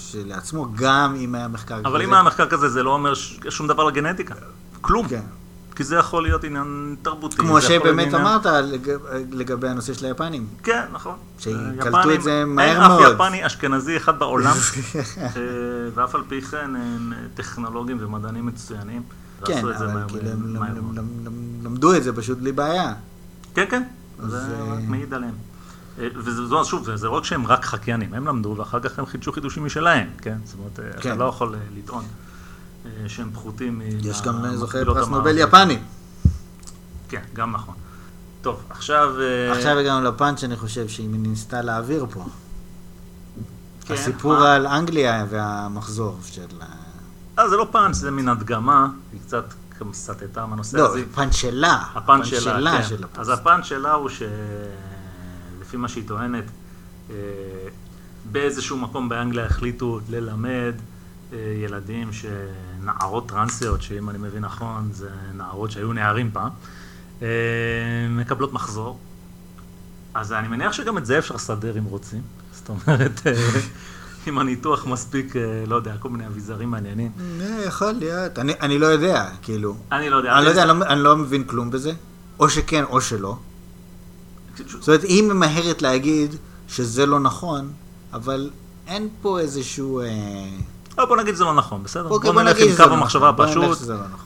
שלעצמו, גם אם היה מחקר כזה... אבל אם היה מחקר כזה, זה לא אומר שום דבר לגנטיקה. כלום. כן. כי זה יכול להיות עניין תרבותי. כמו שבאמת עניין... אמרת לג... לגבי הנושא של היפנים. כן, נכון. שקלטו את זה מהר אין מאוד. אין אף יפני אשכנזי אחד בעולם, ואף על פי כן הם טכנולוגים ומדענים מצוינים. כן, אבל כאילו הם למדו את זה פשוט בלי בעיה. כן, כן, זה רק מעיד עליהם. וזה, שוב, זה לא רק שהם רק חקיינים, הם למדו ואחר כך הם חידשו חידושים משלהם, כן? זאת אומרת, אתה לא יכול לטעון שהם פחותים. יש גם זוכה פרס נובל יפני. כן, גם נכון. טוב, עכשיו... עכשיו הגענו לפאנץ' שאני חושב שהיא ניסתה להעביר פה. הסיפור על אנגליה והמחזור של... אה, זה לא פאנץ', זה מין הדגמה, היא קצת סטטה מהנושא הזה. לא, פאנץ' שלה. הפאנץ' שלה, כן. אז הפאנץ' שלה הוא ש... לפי מה שהיא טוענת, באיזשהו מקום באנגליה החליטו ללמד ילדים שנערות טרנסיות, שאם אני מבין נכון, זה נערות שהיו נערים פעם, מקבלות מחזור. אז אני מניח שגם את זה אפשר לסדר אם רוצים. זאת אומרת, אם הניתוח מספיק, לא יודע, כל מיני אביזרים מעניינים. יכול להיות. אני לא יודע, כאילו. אני לא יודע. אני לא יודע, אני לא מבין כלום בזה. או שכן או שלא. זאת אומרת, היא ממהרת להגיד שזה לא נכון, אבל אין פה איזשהו... לא, בוא נגיד שזה לא נכון, בסדר? בוא נלך עם קו המחשבה הפשוט.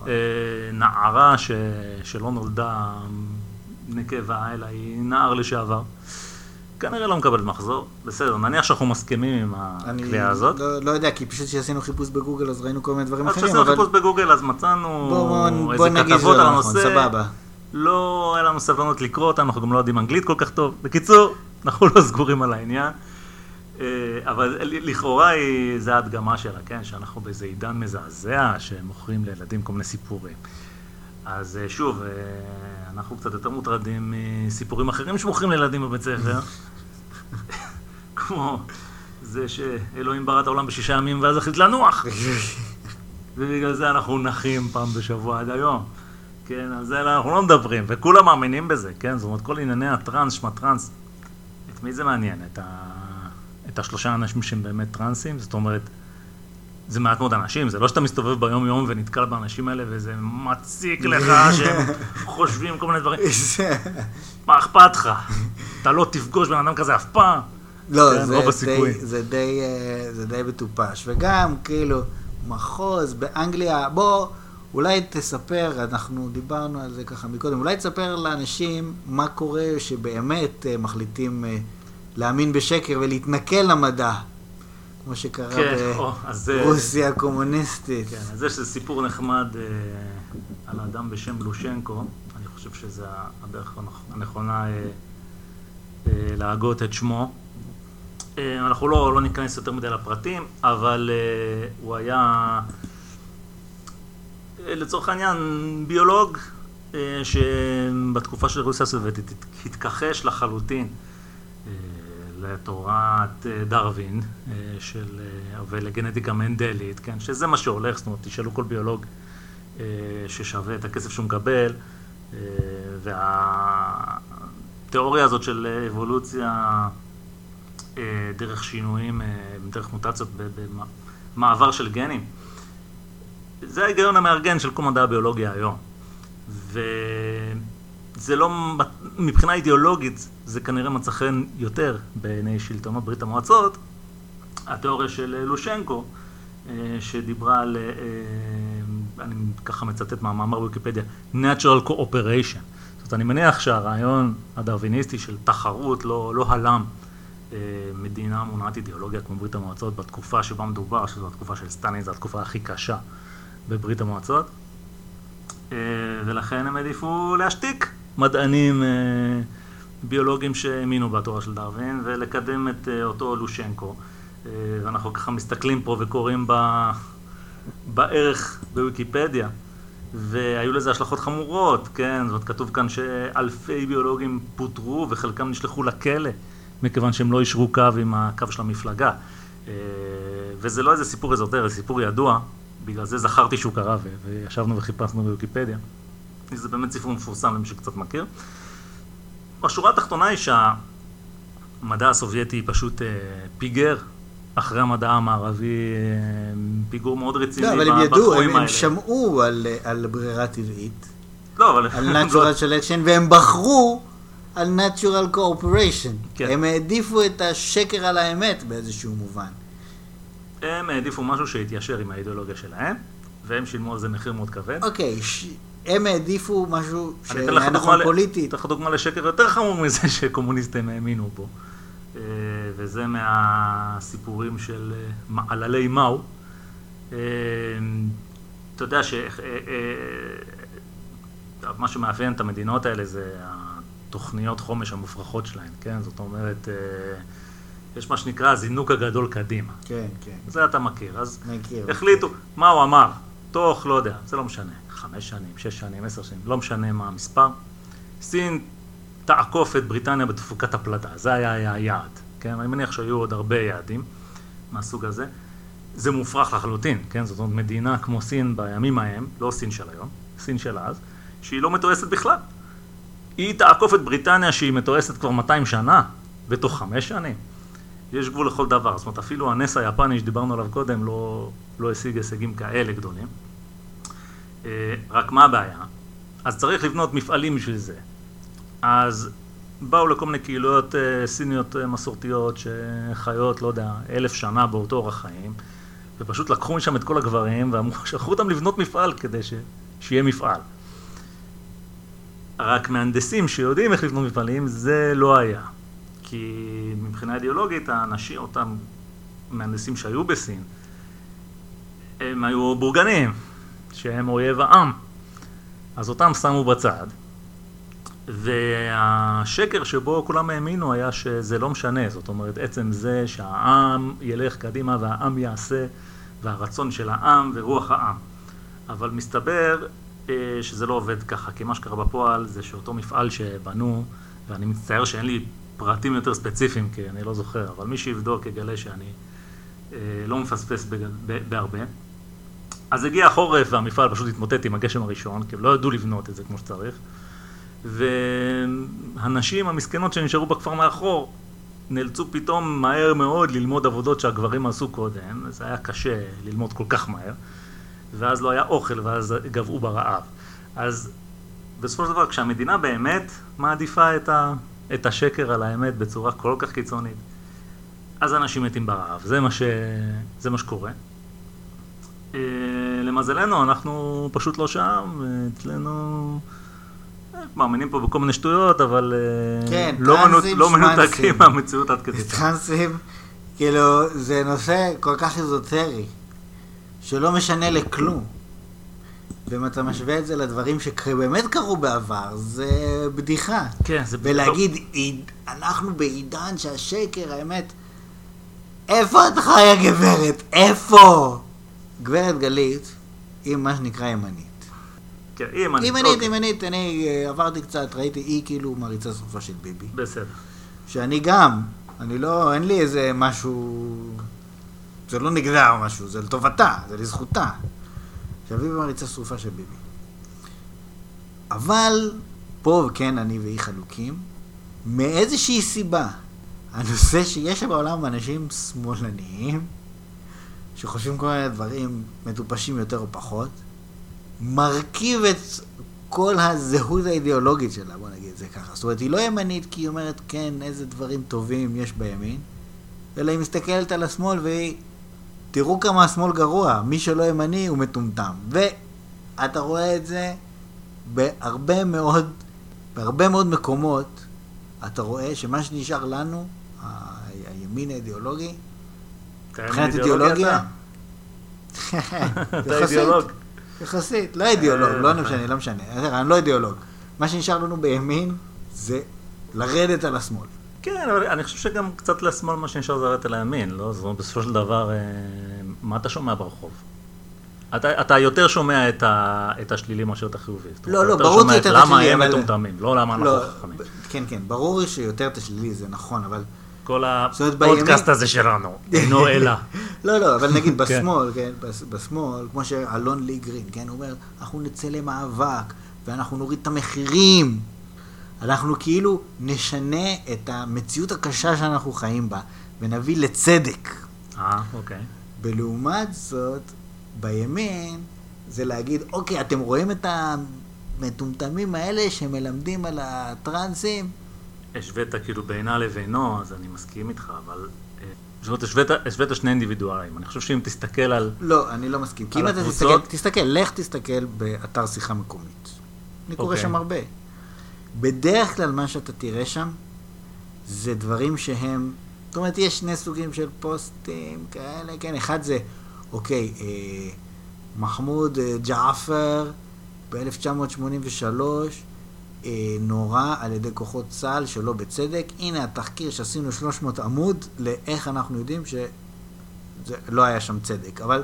נערה שלא נולדה נקבה, אלא היא נער לשעבר. כנראה לא מקבלת מחזור. בסדר, נניח שאנחנו מסכימים עם הקביעה הזאת. אני לא יודע, כי פשוט שעשינו חיפוש בגוגל, אז ראינו כל מיני דברים אחרים. אז שעשינו חיפוש בגוגל, אז מצאנו איזה כתבות על הנושא. סבבה. לא היה לנו סבלנות לקרוא אותם, אנחנו גם לא יודעים אנגלית כל כך טוב. בקיצור, אנחנו לא סגורים על העניין. אבל לכאורה זה ההדגמה שלה, כן? שאנחנו באיזה עידן מזעזע שמוכרים לילדים כל מיני סיפורים. אז שוב, אנחנו קצת יותר מוטרדים מסיפורים אחרים שמוכרים לילדים בבית ספר. כמו זה שאלוהים ברא את העולם בשישה ימים ואז החליט לנוח. ובגלל זה אנחנו נחים פעם בשבוע עד היום. כן, על זה אנחנו לא מדברים, וכולם מאמינים בזה, כן? זאת אומרת, כל ענייני הטרנס, שמה טרנס, את מי זה מעניין? את, ה... את השלושה אנשים שהם באמת טרנסים? זאת אומרת, זה מעט מאוד אנשים, זה לא שאתה מסתובב ביום יום ונתקל באנשים האלה, וזה מציק לך שהם חושבים כל מיני דברים. מה אכפת לך? אתה לא תפגוש בן אדם כזה אף פעם. לא, כן, זה, די, זה, די, זה די בטופש, וגם כאילו מחוז באנגליה, בוא... אולי תספר, אנחנו דיברנו על זה ככה מקודם, אולי תספר לאנשים מה קורה שבאמת מחליטים להאמין בשקר ולהתנכל למדע, כמו שקרה כן, ברוסיה הקומוניסטית. כן, אז יש סיפור נחמד על אדם בשם לושנקו, אני חושב שזה הדרך הנכונה להגות את שמו. אנחנו לא, לא ניכנס יותר מדי לפרטים, אבל הוא היה... לצורך העניין, ביולוג שבתקופה של רוסיה הסובייטית התכחש לחלוטין לתורת דרווין של, ולגנטיקה מנדלית, כן? שזה מה שהולך, זאת אומרת, תשאלו כל ביולוג ששווה את הכסף שהוא מקבל, והתיאוריה הזאת של אבולוציה דרך שינויים, דרך מוטציות במעבר של גנים, זה ההיגיון המארגן של כל מדע הביולוגיה היום. וזה לא, מבחינה אידיאולוגית, זה כנראה מצא חן יותר בעיני שלטונות ברית המועצות, התיאוריה של לושנקו, שדיברה על, אני ככה מצטט מהמאמר בוויקיפדיה, Natural Cooperation. זאת אומרת, אני מניח שהרעיון הדרוויניסטי של תחרות לא, לא הלם מדינה מונעת אידיאולוגיה כמו ברית המועצות בתקופה שבה מדובר, שזו התקופה של סטלין, זו התקופה הכי קשה בברית המועצות, ולכן הם העדיפו להשתיק מדענים ביולוגים שהאמינו בתורה של דרווין ולקדם את אותו לושנקו. ואנחנו ככה מסתכלים פה וקוראים בערך בוויקיפדיה, והיו לזה השלכות חמורות, כן? זאת אומרת, כתוב כאן שאלפי ביולוגים פוטרו וחלקם נשלחו לכלא, מכיוון שהם לא אישרו קו עם הקו של המפלגה. וזה לא איזה סיפור אזוטרי, זה סיפור ידוע, בגלל זה זכרתי שהוא קרה וישבנו וחיפשנו בוויקיפדיה. זה באמת סיפור מפורסם למי שקצת מכיר. השורה התחתונה היא שהמדע הסובייטי פשוט פיגר אחרי המדע המערבי, פיגור מאוד רציני בתחומים האלה. לא, אבל הם ידעו, הם, הם שמעו על, על ברירה טבעית, לא, אבל... על natural selection, והם בחרו על natural cooperation. כן. הם העדיפו את השקר על האמת באיזשהו מובן. הם העדיפו משהו שהתיישר עם האידיאולוגיה שלהם, והם שילמו על זה מחיר מאוד כבד. אוקיי, ש... הם העדיפו משהו אני אתן לך שהיה דוגמה נכון ל- פוליטית. אתן לך דוגמה לשקר יותר חמור מזה שקומוניסטים האמינו בו. אה, וזה מהסיפורים של אה, מעללי מאו. אה, אתה יודע ש... אה, אה, מה שמאפיין את המדינות האלה זה התוכניות חומש המופרכות שלהן, כן? זאת אומרת, אה, יש מה שנקרא הזינוק הגדול קדימה. כן, כן. זה אתה מכיר. אז מכיר. החליטו, מה הוא אמר? תוך, לא יודע, זה לא משנה, חמש שנים, שש שנים, עשר שנים, לא משנה מה המספר. סין תעקוף את בריטניה בתפוקת הפלדה, זה היה, היה היעד, כן? אני מניח שהיו עוד הרבה יעדים מהסוג הזה. זה מופרך לחלוטין, כן? זאת אומרת, מדינה כמו סין בימים ההם, לא סין של היום, סין של אז, שהיא לא מתועסת בכלל. היא תעקוף את בריטניה שהיא מתועסת כבר מאתיים שנה, בתוך חמש שנים. יש גבול לכל דבר, זאת אומרת, אפילו הנס היפני שדיברנו עליו קודם לא, לא השיג הישגים כאלה גדולים. רק מה הבעיה? אז צריך לבנות מפעלים בשביל זה. אז באו לכל מיני קהילות סיניות מסורתיות שחיות, לא יודע, אלף שנה באותו אורח חיים, ופשוט לקחו משם את כל הגברים ואמרו, שלחו אותם לבנות מפעל כדי ש... שיהיה מפעל. רק מהנדסים שיודעים איך לבנות מפעלים, זה לא היה. כי מבחינה אידיאולוגית, האנשים, אותם מהנדסים שהיו בסין, הם היו בורגנים, שהם אויב העם. אז אותם שמו בצד, והשקר שבו כולם האמינו היה שזה לא משנה. זאת אומרת, עצם זה שהעם ילך קדימה והעם יעשה, והרצון של העם ורוח העם. אבל מסתבר שזה לא עובד ככה, כי מה שקרה בפועל זה שאותו מפעל שבנו, ואני מצטער שאין לי פרטים יותר ספציפיים, כי אני לא זוכר, אבל מי שיבדוק יגלה שאני אה, לא מפספס בגד... ב... בהרבה. אז הגיע החורף והמפעל פשוט התמוטט עם הגשם הראשון, כי הם לא ידעו לבנות את זה כמו שצריך. והנשים המסכנות שנשארו בכפר מאחור, נאלצו פתאום מהר מאוד ללמוד עבודות שהגברים עשו קודם, זה היה קשה ללמוד כל כך מהר, ואז לא היה אוכל ואז גבעו ברעב. אז בסופו של דבר, כשהמדינה באמת מעדיפה את ה... את השקר על האמת בצורה כל כך קיצונית, אז אנשים מתים ברעב. זה מה ש... זה מה שקורה. למזלנו, אנחנו פשוט לא שם, אצלנו מאמינים פה בכל מיני שטויות, אבל כן, לא, מנות... לא שמנסים. מנותקים מהמציאות עד כדי. טרנסים, כאילו, זה נושא כל כך איזוטרי, שלא משנה לכלום. ואם אתה משווה את זה לדברים שבאמת קרו בעבר, זה בדיחה. כן, זה בדיחה. ולהגיד, אנחנו בעידן שהשקר, האמת, איפה את חיה גברת? איפה? גברת גלית היא מה שנקרא ימנית. כן, היא ימנית. ימנית, ימנית, אני עברתי קצת, ראיתי, היא כאילו מריצה שרופה של ביבי. בסדר. שאני גם, אני לא, אין לי איזה משהו, זה לא נגדה או משהו, זה לטובתה, זה לזכותה. שביבי מריצה שרופה של ביבי. אבל פה, כן, אני והיא חלוקים, מאיזושהי סיבה, הנושא שיש בעולם אנשים שמאלניים, שחושבים כל מיני דברים מטופשים יותר או פחות, מרכיב את כל הזהות האידיאולוגית שלה, בוא נגיד זה ככה. זאת אומרת, היא לא ימנית כי היא אומרת, כן, איזה דברים טובים יש בימין, אלא היא מסתכלת על השמאל והיא, תראו כמה השמאל גרוע, מי שלא ימני הוא מטומטם. ואתה רואה את זה בהרבה מאוד, בהרבה מאוד מקומות, אתה רואה שמה שנשאר לנו, ה- הימין האידיאולוגי, מבחינת אידיאולוגיה, אתה אידיאולוג. יחסית, לא אידיאולוג, לא משנה, לא משנה, אני לא אידיאולוג. מה שנשאר לנו בימין זה לרדת על השמאל. כן, אבל אני חושב שגם קצת לשמאל מה שנשאר זה לרדת על הימין, לא? זאת אומרת, בסופו של דבר, מה אתה שומע ברחוב? אתה, אתה יותר שומע את, ה, את השלילי מאשר את החיובי. לא, לא, ברור לי יותר את למה השלילי, הם אבל... מטומטמים, לא למה אנחנו לא, חכמים. כן, כן, ברור לי שיותר את השלילי, זה נכון, אבל... כל אומרת, הפודקאסט בימין- הזה שלנו, אינו אלא. לא, לא, אבל נגיד בשמאל, כן, בס- בשמאל, כמו שאלון לי גרין, כן, הוא אומר, אנחנו נצא למאבק, ואנחנו נוריד את המחירים. אנחנו כאילו נשנה את המציאות הקשה שאנחנו חיים בה, ונביא לצדק. אה, אוקיי. בלעומת זאת, בימין, זה להגיד, אוקיי, אתם רואים את המטומטמים האלה שמלמדים על הטרנסים. השווית כאילו בינה לבינו, אז אני מסכים איתך, אבל... זאת אומרת, השווית, השווית שני אינדיבידואלים. אני חושב שאם תסתכל על... לא, אני לא מסכים. כי אם אתה תסתכל, תסתכל, לך תסתכל באתר שיחה מקומית. אני קורא שם הרבה. בדרך כלל מה שאתה תראה שם, זה דברים שהם... זאת אומרת, יש שני סוגים של פוסטים כאלה, כן, אחד זה, אוקיי, אה, מחמוד אה, ג'עפר ב-אלף תשע מאות שמונים ושלוש אה, נורא על ידי כוחות צה"ל שלא בצדק. הנה התחקיר שעשינו שלוש מאות עמוד לאיך אנחנו יודעים שזה לא היה שם צדק. אבל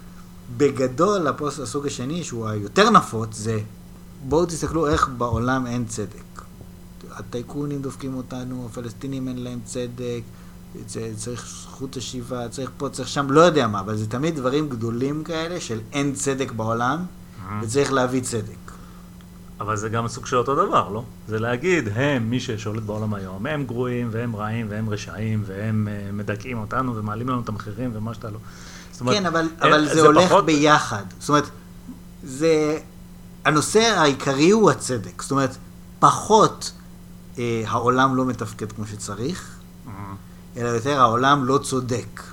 בגדול הפוסט הסוג השני, שהוא היותר נפוץ, זה בואו תסתכלו איך בעולם אין צדק. הטייקונים דופקים אותנו, הפלסטינים אין להם צדק, צריך זכות השיבה, צריך פה, צריך שם, לא יודע מה, אבל זה תמיד דברים גדולים כאלה של אין צדק בעולם, וצריך להביא צדק. אבל זה גם סוג של אותו דבר, לא? זה להגיד, הם, מי ששולט בעולם היום, הם גרועים, והם רעים, והם רשעים, והם uh, מדכאים אותנו, ומעלים לנו את המחירים, ומה שאתה לא... אומרת, כן, אבל, אבל זה, זה הולך פחות... ביחד. זאת אומרת, זה... הנושא העיקרי הוא הצדק. זאת אומרת, פחות אה, העולם לא מתפקד כמו שצריך, אלא יותר העולם לא צודק.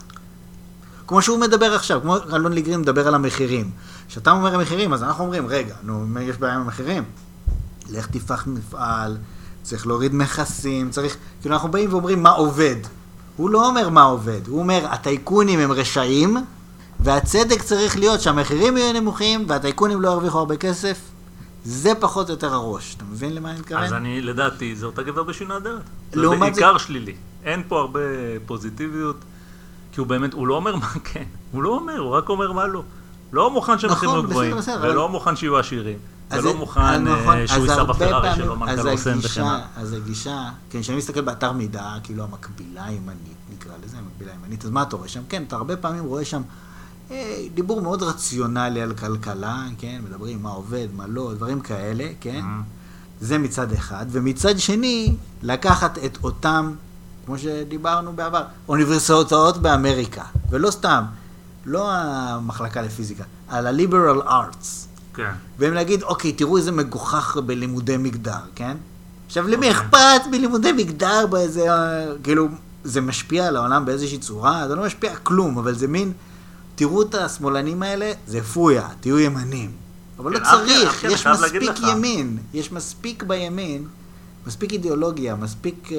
כמו שהוא מדבר עכשיו, כמו אלון ליגרין מדבר על המחירים. כשאתה אומר המחירים, אז אנחנו אומרים, רגע, נו, יש בעיה עם המחירים? לך תפח מפעל, צריך להוריד מכסים, צריך... כאילו אנחנו באים ואומרים מה עובד. הוא לא אומר מה עובד, הוא אומר, הטייקונים הם רשעים, והצדק צריך להיות שהמחירים יהיו נמוכים, והטייקונים לא ירוויחו הרבה כסף. זה פחות או יותר הראש. אתה מבין למה אני מתכוון? אז אני, לדעתי, זה אותה גבר בשונה הדרך. זה בעיקר שלילי. אין פה הרבה פוזיטיביות, כי הוא באמת, הוא לא אומר מה כן. הוא לא אומר, הוא רק אומר מה לא. לא מוכן שהמחירים לא גבוהים, ולא מוכן שיהיו עשירים, ולא מוכן שהוא ייסע בפרארי שלו, מנכ"ל אוסם וכן. אז הגישה, כן, כשאני מסתכל באתר מידע, כאילו המקבילה הימנית, נקרא לזה, המקבילה הימנית, אז מה אתה רואה שם? כן, אתה הרבה פעמים רואה שם דיבור מאוד רציונלי על כלכלה, כן, מדברים מה עובד, מה לא, דברים כאלה, כן? זה מצד אחד, ומצד שני, לקחת את אותם, כמו שדיברנו בעבר, אוניברסיטאות באמריקה, ולא סתם, לא המחלקה לפיזיקה, על ה-liberal arts. כן. והם להגיד, אוקיי, תראו איזה מגוחך בלימודי מגדר, כן? עכשיו, למי אכפת בלימודי מגדר באיזה, כאילו, זה משפיע על העולם באיזושהי צורה, זה לא משפיע כלום, אבל זה מין, תראו את השמאלנים האלה, זה פויה, תהיו ימנים. אבל לא צריך, יש מספיק ימין, יש מספיק בימין, מספיק אידיאולוגיה, מספיק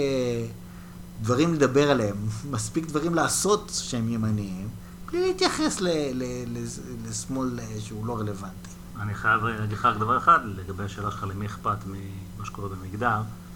דברים לדבר עליהם, מספיק דברים לעשות שהם ימניים, בלי להתייחס לשמאל שהוא לא רלוונטי. אני חייב להגיד לך רק דבר אחד, לגבי השאלה שלך למי אכפת ממה שקורה במגדר.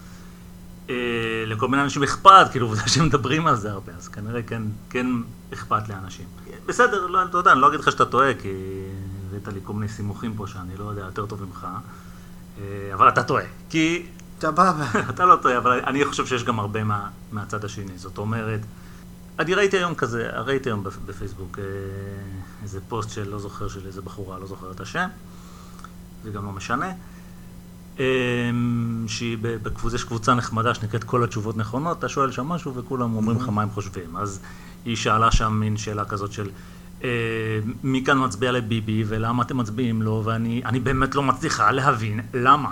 לכל מיני אנשים אכפת, כאילו, זה שמדברים על זה הרבה, אז כנראה כן אכפת לאנשים. בסדר, אתה יודע, אני לא אגיד לך שאתה טועה, כי הבאת לי כל מיני סימוכים פה שאני לא יודע יותר טוב ממך, אבל אתה טועה, כי... סבבה. אתה לא טועה, אבל אני חושב שיש גם הרבה מהצד השני. זאת אומרת, אני ראיתי היום כזה, ראיתי היום בפייסבוק איזה פוסט של לא זוכר של איזה בחורה, לא זוכר את השם, זה גם לא משנה, שהיא בקבוצה, יש קבוצה נחמדה שנקראת כל התשובות נכונות, אתה שואל שם משהו וכולם אומרים לך מה הם חושבים. אז היא שאלה שם מין שאלה כזאת של מי כאן מצביע לביבי ולמה אתם מצביעים לו, ואני באמת לא מצליחה להבין למה.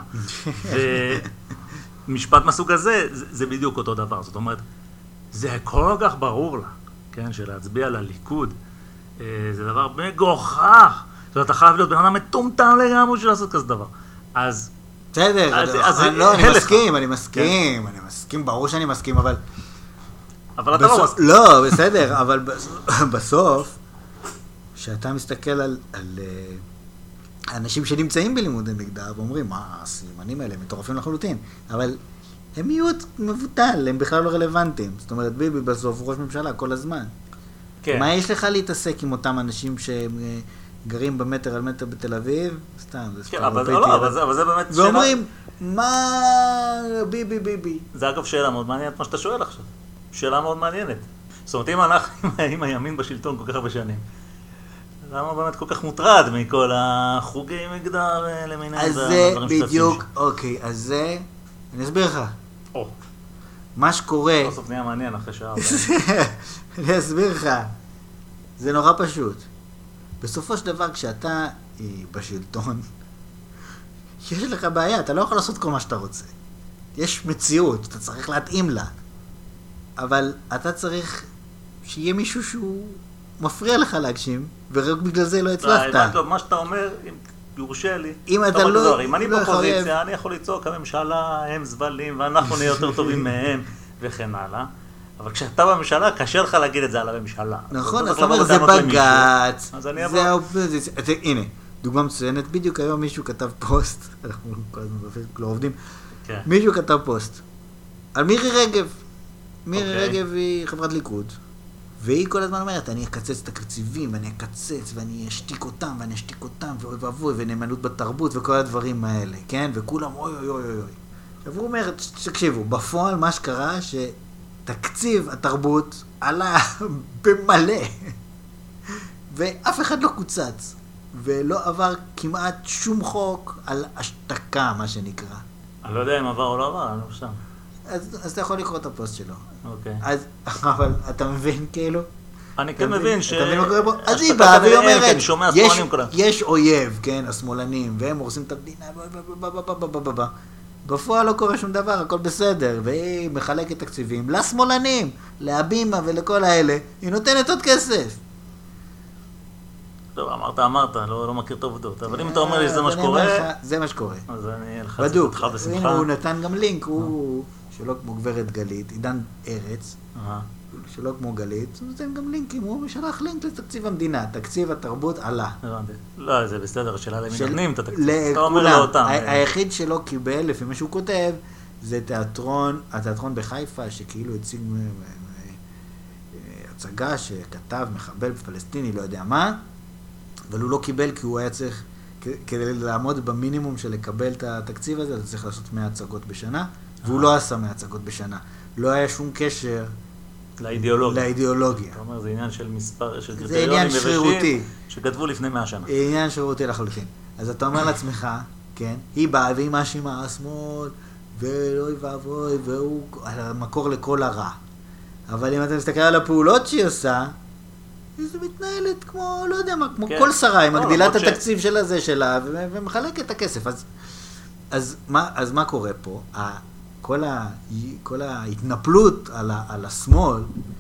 ומשפט מסוג הזה, זה בדיוק אותו דבר. זאת אומרת, זה כל כך ברור לה, כן, שלהצביע לליכוד, זה דבר מגוחך. זאת אומרת, אתה חייב להיות בן אדם מטומטם לגמרי של לעשות כזה דבר. אז... בסדר, לא, אני מסכים, אני מסכים, אני מסכים, ברור שאני מסכים, אבל... אבל אתה לא מסכים. לא, בסדר, אבל בסוף, כשאתה מסתכל על האנשים שנמצאים בלימודי מגדר, ואומרים, מה, הסימנים האלה מטורפים לחלוטין, אבל הם מיעוט מבוטל, הם בכלל לא רלוונטיים. זאת אומרת, ביבי בסוף ראש ממשלה כל הזמן. מה יש לך להתעסק עם אותם אנשים שהם... גרים במטר על מטר בתל אביב, סתם, זה סתם. כן, אבל לא, אבל זה באמת שאלה... ואומרים, מה ביבי ביבי? זה אגב שאלה מאוד מעניינת, מה שאתה שואל עכשיו. שאלה מאוד מעניינת. זאת אומרת, אם אנחנו, אם הימין בשלטון כל כך הרבה שנים, למה באמת כל כך מוטרד מכל החוגי מגדר למיניהם? אז זה בדיוק, אוקיי, אז זה, אני אסביר לך. או. מה שקורה... לא סוף נהיה מעניין אחרי שעה. אני אסביר לך. זה נורא פשוט. בסופו של דבר, כשאתה בשלטון, יש לך בעיה, אתה לא יכול לעשות כל מה שאתה רוצה. יש מציאות, אתה צריך להתאים לה. אבל אתה צריך שיהיה מישהו שהוא מפריע לך להגשים, ורק בגלל זה לא הצלחת. מה שאתה אומר, אם יורשה לי, אם אתה לא... אם אני בפוזיציה, אני יכול לצעוק, הממשלה הם זבלים, ואנחנו נהיה יותר טובים מהם, וכן הלאה. אבל כשאתה בממשלה, קשה לך להגיד את זה על הממשלה. נכון, אתה אומר, זה בגץ, זה האופוזיציה. הנה, דוגמה מצוינת, בדיוק היום מישהו כתב פוסט, אנחנו כל הזמן בפייסבוק לא עובדים, מישהו כתב פוסט על מירי רגב. מירי רגב היא חברת ליכוד, והיא כל הזמן אומרת, אני אקצץ את התקציבים, ואני אקצץ, ואני אשתיק אותם, ואני אשתיק אותם, ואוי ואבוי, ונאמנות בתרבות, וכל הדברים האלה, כן? וכולם, אוי אוי אוי אוי. עכשיו הוא אומר, תקשיבו, בפועל מה שקרה, שתקציב התרבות עלה במלא, ואף אחד לא קוצץ, ולא עבר כמעט שום חוק על השתקה, מה שנקרא. אני לא יודע אם עבר או לא עבר, אני לא שם. אז, אז אתה יכול לקרוא את הפוסט שלו. אוקיי. אז, אבל אתה מבין כאילו? אני כן מבין ש... אתה מבין מה קורה פה? אז היא באה והיא אומרת, יש, יש אויב, כן, השמאלנים, והם הורסים את המדינה, בפועל לא קורה שום דבר, הכל בסדר, והיא מחלקת תקציבים לשמאלנים, להבימה ולכל האלה, היא נותנת עוד כסף. טוב, אמרת, אמרת, לא, לא מכיר את העובדות, אבל אם אתה אומר לי שזה מה שקורה... זה מה שקורה. אז אני אלחץ אותך בשמחה. הנה, הוא נתן גם לינק, הוא שלא כמו גברת גלית, עידן ארץ, שלא כמו גלית, הוא נותן גם לינקים, הוא שלח לינק לתקציב המדינה, תקציב התרבות עלה. לא, זה בסדר, השאלה למי נותנים את התקציב. אתה אומר לו אותם. היחיד שלא קיבל, לפי מה שהוא כותב, זה תיאטרון, התיאטרון בחיפה, שכאילו הציג הצגה שכתב מחבל פלסטיני, לא יודע מה, אבל הוא לא קיבל כי הוא היה צריך, כדי לעמוד במינימום של לקבל את התקציב הזה, אתה צריך לעשות מאה הצגות בשנה, והוא לא עשה מאה הצגות בשנה. לא היה שום קשר לאידיאולוגיה. לאידיאולוגיה. אתה אומר, זה עניין של מספר, של קריטריונים. זה עניין שרירותי. שכתבו לפני מאה שנה. עניין שרירותי לחלוטין. אז אתה אומר לעצמך, כן, היא באה והיא מאשימה השמאל, ואוי ואבוי, והוא המקור לכל הרע. אבל אם אתה מסתכל על הפעולות שהיא עושה, היא מתנהלת כמו, לא יודע מה, כמו כל שרה, היא מגדילה את התקציב של הזה שלה, ומחלקת את הכסף. אז מה קורה פה? כל ההתנפלות על השמאל,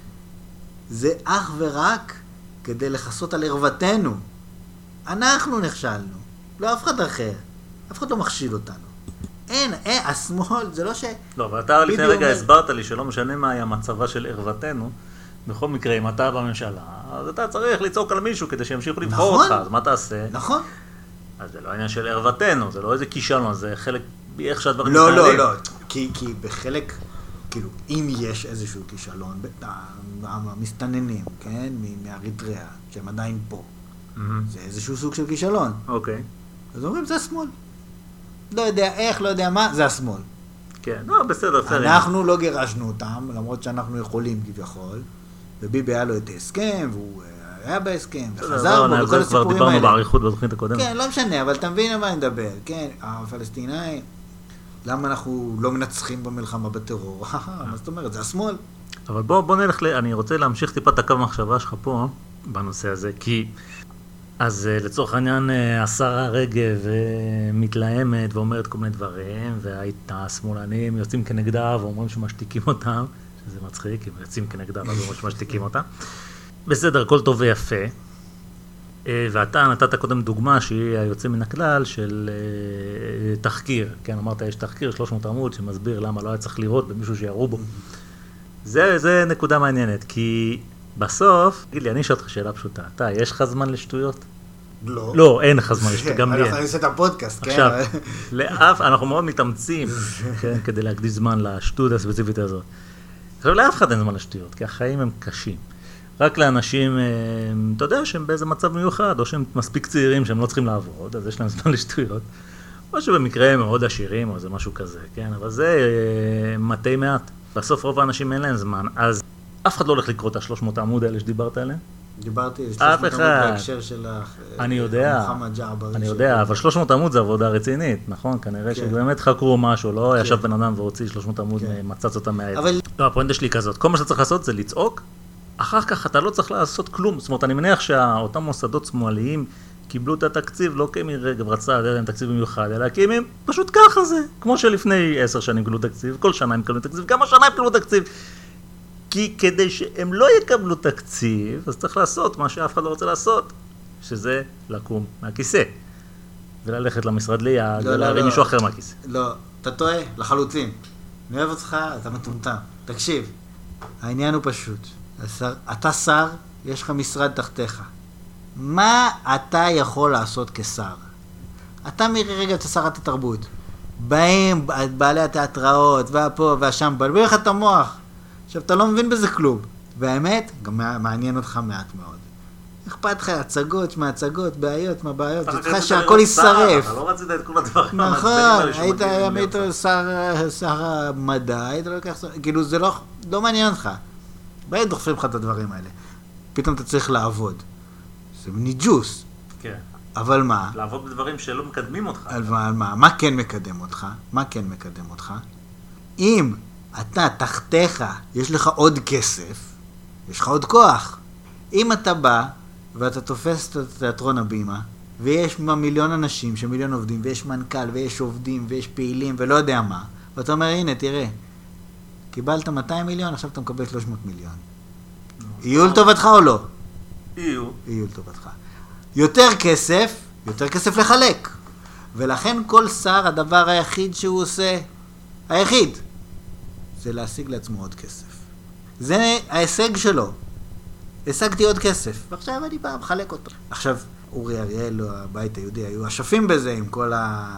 זה אך ורק כדי לחסות על ערוותנו. אנחנו נכשלנו, לא אף אחד אחר. אף אחד לא מכשיל אותנו. אין, אין, השמאל, זה לא ש... לא, אבל אתה לפני רגע הסברת לי שלא משנה מה היה מצבה של ערוותנו, בכל מקרה, אם אתה בממשלה, אז אתה צריך לצעוק על מישהו כדי שימשיכו לבחור אותך, אז מה תעשה? נכון. אז זה לא עניין של ערוותנו, זה לא איזה כישלון, זה חלק, איך שהדברים מתנהלים. לא, לא, לא, כי, כי בחלק, כאילו, אם יש איזשהו כישלון, המסתננים, כן, מאריתריאה, שהם עדיין פה, זה איזשהו סוג של כישלון. אוקיי. אז אומרים, זה השמאל. לא יודע איך, לא יודע מה, זה השמאל. כן, לא, בסדר, בסדר. אנחנו לא גירשנו אותם, למרות שאנחנו יכולים כביכול, וביבי היה לו את ההסכם, והוא היה בהסכם, וחזר בו, וכל הסיפורים האלה. כבר דיברנו בעריכות בתוכנית הקודמת. כן, לא משנה, אבל אתה מבין מה אני מדבר. כן, הפלסטינאים, למה אנחנו לא מנצחים במלחמה בטרור? מה זאת אומרת? זה השמאל. אבל בוא, בוא נלך, אני רוצה להמשיך טיפה את הקו המחשבה שלך פה, בנושא הזה, כי... אז לצורך העניין, השרה רגב מתלהמת ואומרת כל מיני דברים, והשמאלנים יוצאים כנגדה ואומרים שמשתיקים אותם, שזה מצחיק, הם יוצאים כנגדה ואומרים שמשתיקים אותם. בסדר, כל טוב ויפה. ואתה נתת קודם דוגמה שהיא היוצא מן הכלל של תחקיר. כן, אמרת, יש תחקיר שלוש מאות עמוד שמסביר למה לא היה צריך לראות במישהו שיראו בו. זה, זה נקודה מעניינת, כי... בסוף, תגיד לי, אני אשאל אותך שאלה פשוטה. אתה, יש לך זמן לשטויות? לא. לא, אין לך זמן לשטויות, גם לי אין. אנחנו נעשה את הפודקאסט, כן. עכשיו, לאף, אנחנו מאוד מתאמצים, כן, כדי להקדיש זמן לשטות הספציפית הזאת. עכשיו, לאף אחד אין זמן לשטויות, כי החיים הם קשים. רק לאנשים, אתה יודע, שהם באיזה מצב מיוחד, או שהם מספיק צעירים שהם לא צריכים לעבוד, אז יש להם זמן לשטויות. או שבמקרה הם מאוד עשירים, או זה משהו כזה, כן, אבל זה מתי מעט. בסוף רוב האנשים אין להם זמן, אז אף אחד לא הולך לקרוא את ה-שלוש מאות עמוד האלה שדיברת עליהם? דיברתי, שלוש מאות עמוד בהקשר שלך. אני יודע, אני יודע, אבל שלוש מאות עמוד זה עבודה רצינית, נכון? כנראה שבאמת חקרו משהו, לא ישב בן אדם והוציא שלוש מאות עמוד ומצץ אותם מהעץ. לא, הפואנטה שלי כזאת, כל מה שאתה צריך לעשות זה לצעוק, אחר כך אתה לא צריך לעשות כלום. זאת אומרת, אני מניח שאותם מוסדות שמאליים קיבלו את התקציב, לא כי מירי רגב רצה לתת להם תקציב במיוחד, אלא כי הם פשוט ככה זה, כמו שלפני עשר שנים קיבלו תקציב, כל שנה הם קיבלו תקציב, גם השנה הם קיבלו תקציב. כי כדי שהם לא יקבלו תקציב, אז צריך לעשות מה שאף אחד לא רוצה לעשות, שזה לקום מהכיסא, וללכת למשרד ליד, ולהרים מישהו אחר מהכיסא. לא, אתה טועה, לחלוטין. אני אוהב אותך, אתה מטומטם. תקשיב, העניין הוא פשוט. השר, אתה שר, יש לך משרד תחתיך. מה אתה יכול לעשות כשר? אתה מירי רגב, אתה שרת התרבות. באים בעלי התיאטראות, והפה והשם, בלבל לך את המוח. עכשיו, אתה לא מבין בזה כלום. והאמת, גם מעניין אותך מעט מאוד. אכפת לך הצגות, מהצגות, בעיות, מהבעיות. זה צריכה שהכל יישרף. אתה לא רצית את כל הדברים. נכון, היית היית שר המדע, היית לוקח שר... כאילו, זה לא מעניין אותך. באים דוחפים לך את הדברים האלה. פתאום אתה צריך לעבוד. זה ניג'וס. כן. אבל מה? לעבוד בדברים שלא מקדמים אותך. על מה? מה כן מקדם אותך? מה כן מקדם אותך? אם אתה תחתיך, יש לך עוד כסף, יש לך עוד כוח. אם אתה בא ואתה תופס את תיאטרון הבימה, ויש מיליון אנשים, שמיליון עובדים, ויש מנכ"ל, ויש עובדים, ויש פעילים, ולא יודע מה, ואתה אומר, הנה, תראה, קיבלת מאתיים מיליון, עכשיו אתה מקבל שלוש מאות מיליון. יהיו לטובתך או לא? יהיו. יהיו לטובתך. יותר כסף, יותר כסף לחלק. ולכן כל שר, הדבר היחיד שהוא עושה, היחיד, זה להשיג לעצמו עוד כסף. זה ההישג שלו. השגתי עוד כסף, ועכשיו אני בא מחלק אותו. עכשיו, אורי אריאל או הבית היהודי היו אשפים בזה עם כל ה...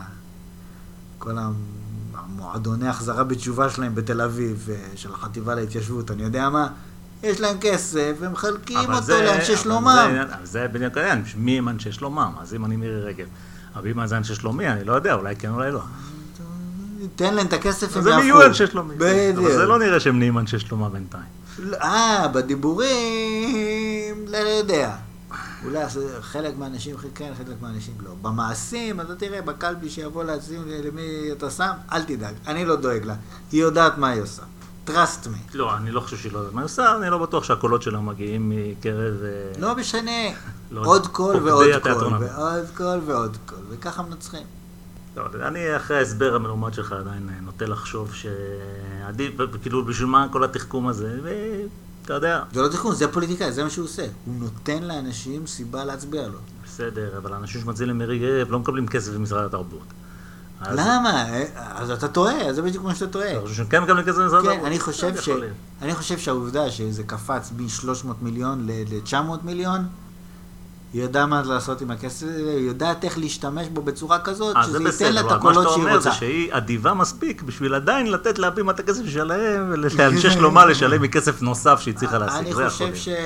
כל המועדוני החזרה בתשובה שלהם בתל אביב, של החטיבה להתיישבות, אני יודע מה, יש להם כסף, והם מחלקים אותו לאנשי שלומם. אבל זה בדיוק העניין, מי הם אנשי שלומם? אז אם אני מירי רגב, אבל אם זה אנשי שלומי, אני לא יודע, אולי כן, אולי לא. תן להם את הכסף, הם יהפכו. אז הם יהיו אנשי שלומי. בדיוק. אבל זה לא נראה שהם נהיים אנשי שלומה בינתיים. אה, בדיבורים, לא יודע. אולי חלק מהאנשים כן, חלק מהאנשים לא. במעשים, אתה תראה, בקלפי שיבוא להציעים למי אתה שם, אל תדאג, אני לא דואג לה. היא יודעת מה היא עושה. trust me. לא, אני לא חושב שהיא לא יודעת מה היא עושה, אני לא בטוח שהקולות שלה מגיעים מקרב... לא משנה. עוד קול ועוד קול, ועוד קול ועוד קול, וככה מנצחים. לא, אני אחרי ההסבר המלומד שלך עדיין נוטה לחשוב שעדיף, כאילו בשביל מה כל התחכום הזה, ואתה יודע. זה לא תחכום, זה פוליטיקאי, זה מה שהוא עושה. הוא נותן לאנשים סיבה להצביע לו. בסדר, אבל האנשים שמצאים למירי רגב לא מקבלים כסף במשרד התרבות. למה? אז אתה טועה, זה בדיוק מה שאתה טועה. אתה חושב שכן מקבלים כסף במשרד התרבות? כן, אני חושב ש... אני חושב שהעובדה שזה קפץ מ-שלוש מאות מיליון ל-תשע מאות מיליון, היא יודעת מה לעשות עם הכסף, היא יודעת איך להשתמש בו בצורה כזאת, שזה ייתן לה את הקולות שהיא רוצה. מה שאתה אומר זה שהיא אדיבה מספיק בשביל עדיין לתת להבימה את הכסף שלהם, ולאנשי שלומה לשלם מכסף נוסף שהיא צריכה להשיג. אני חושב ש...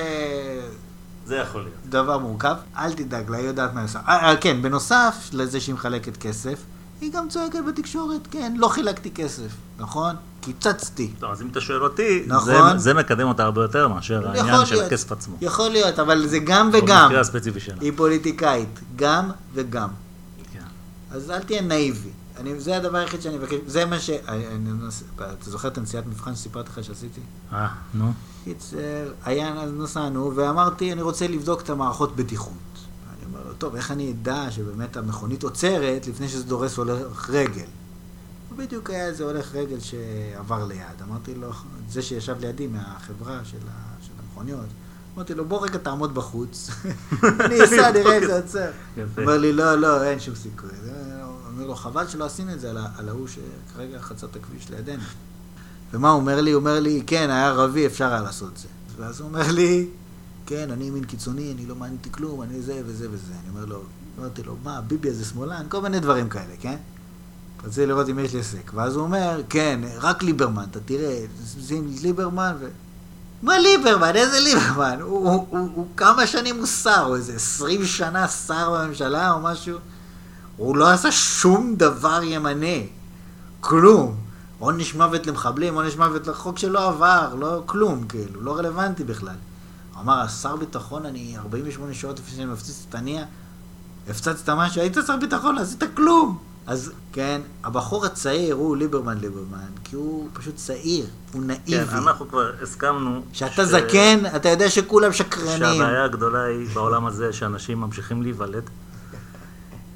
זה יכול להיות. דבר מורכב, אל תדאג לה, היא יודעת מה לעשות. כן, בנוסף לזה שהיא מחלקת כסף, היא גם צועקת בתקשורת, כן, לא חילקתי כסף, נכון? קיצצתי. טוב, אז אם אתה שואל אותי, נכון? זה, זה מקדם אותה הרבה יותר מאשר העניין של הכסף עצמו. יכול להיות, אבל זה גם וגם. במקרה הספציפי שלה. היא פוליטיקאית, גם וגם. כן. אז אל תהיה נאיבי. אני, זה הדבר היחיד שאני מבקש, זה מה ש... אני, אני, אתה זוכר את הנסיעת מבחן שסיפרתי לך שעשיתי? אה, נו. קיצר, היה, אז נסענו, ואמרתי, אני רוצה לבדוק את המערכות בטיחות. אני אומר לו, טוב, איך אני אדע שבאמת המכונית עוצרת לפני שזה דורס הולך רגל? בדיוק היה איזה הולך רגל שעבר ליד. אמרתי לו, זה שישב לידי מהחברה של, ה, של המכוניות, אמרתי לו, בוא רגע תעמוד בחוץ, אני אסע, נראה את זה עוצר. אמר לי, לא, לא, אין שום סיכוי. אומר לו, חבל שלא עשינו את זה על ההוא שכרגע חצה את הכביש לידינו. ומה הוא אומר לי? הוא אומר לי, כן, היה ערבי, אפשר היה לעשות את זה. ואז הוא אומר לי, כן, אני מין קיצוני, אני לא מעניינתי כלום, אני זה וזה וזה. אני אומר לו, אמרתי לו, מה, ביבי הזה שמאלן? כל מיני דברים כאלה, כן? רציתי לראות אם יש לי עסק. ואז הוא אומר, כן, רק ליברמן, אתה תראה, זה ליברמן ו... מה ליברמן? איזה ליברמן? הוא, הוא, הוא, הוא כמה שנים הוא שר, או איזה עשרים שנה שר בממשלה או משהו. הוא לא עשה שום דבר ימני. כלום. עונש מוות למחבלים, עונש מוות לחוק שלא עבר, לא כלום, כאילו, לא רלוונטי בכלל. הוא אמר, שר ביטחון, אני ארבעים ושמונה שעות לפני שאני מפציץ את הנייה, הפצצת משהו, היית שר ביטחון, לא עשית כלום. אז כן, הבחור הצעיר הוא ליברמן ליברמן, כי הוא פשוט צעיר, הוא נאיבי. כן, אנחנו כבר הסכמנו... שאתה ש... זקן, אתה יודע שכולם שקרנים. שהבעיה הגדולה היא בעולם הזה שאנשים ממשיכים להיוולד,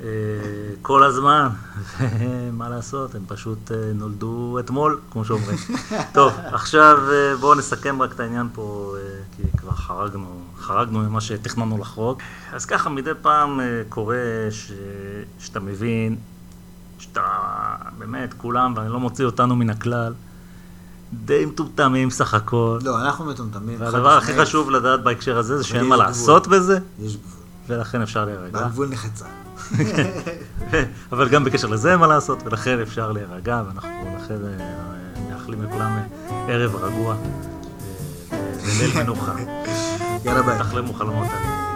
כל הזמן, מה לעשות, הם פשוט נולדו אתמול, כמו שאומרים. טוב, עכשיו בואו נסכם רק את העניין פה, כי כבר חרגנו, חרגנו ממה שתכננו לחרוג. אז ככה מדי פעם קורה ש... שאתה מבין, שאתה באמת כולם, ואני לא מוציא אותנו מן הכלל, די מטומטמים סך הכל. לא, אנחנו מטומטמים. והדבר הכי חשוב לדעת בהקשר הזה זה שאין מה לעשות בזה. יש גבול. ולכן אפשר להירגע. בגבול נחצה. אבל גם בקשר לזה אין מה לעשות, ולכן אפשר להירגע, ואנחנו לכן מאחלים לכולם ערב רגוע וליל מנוחה. יאללה ביי. תחלמו חלומות עליהם.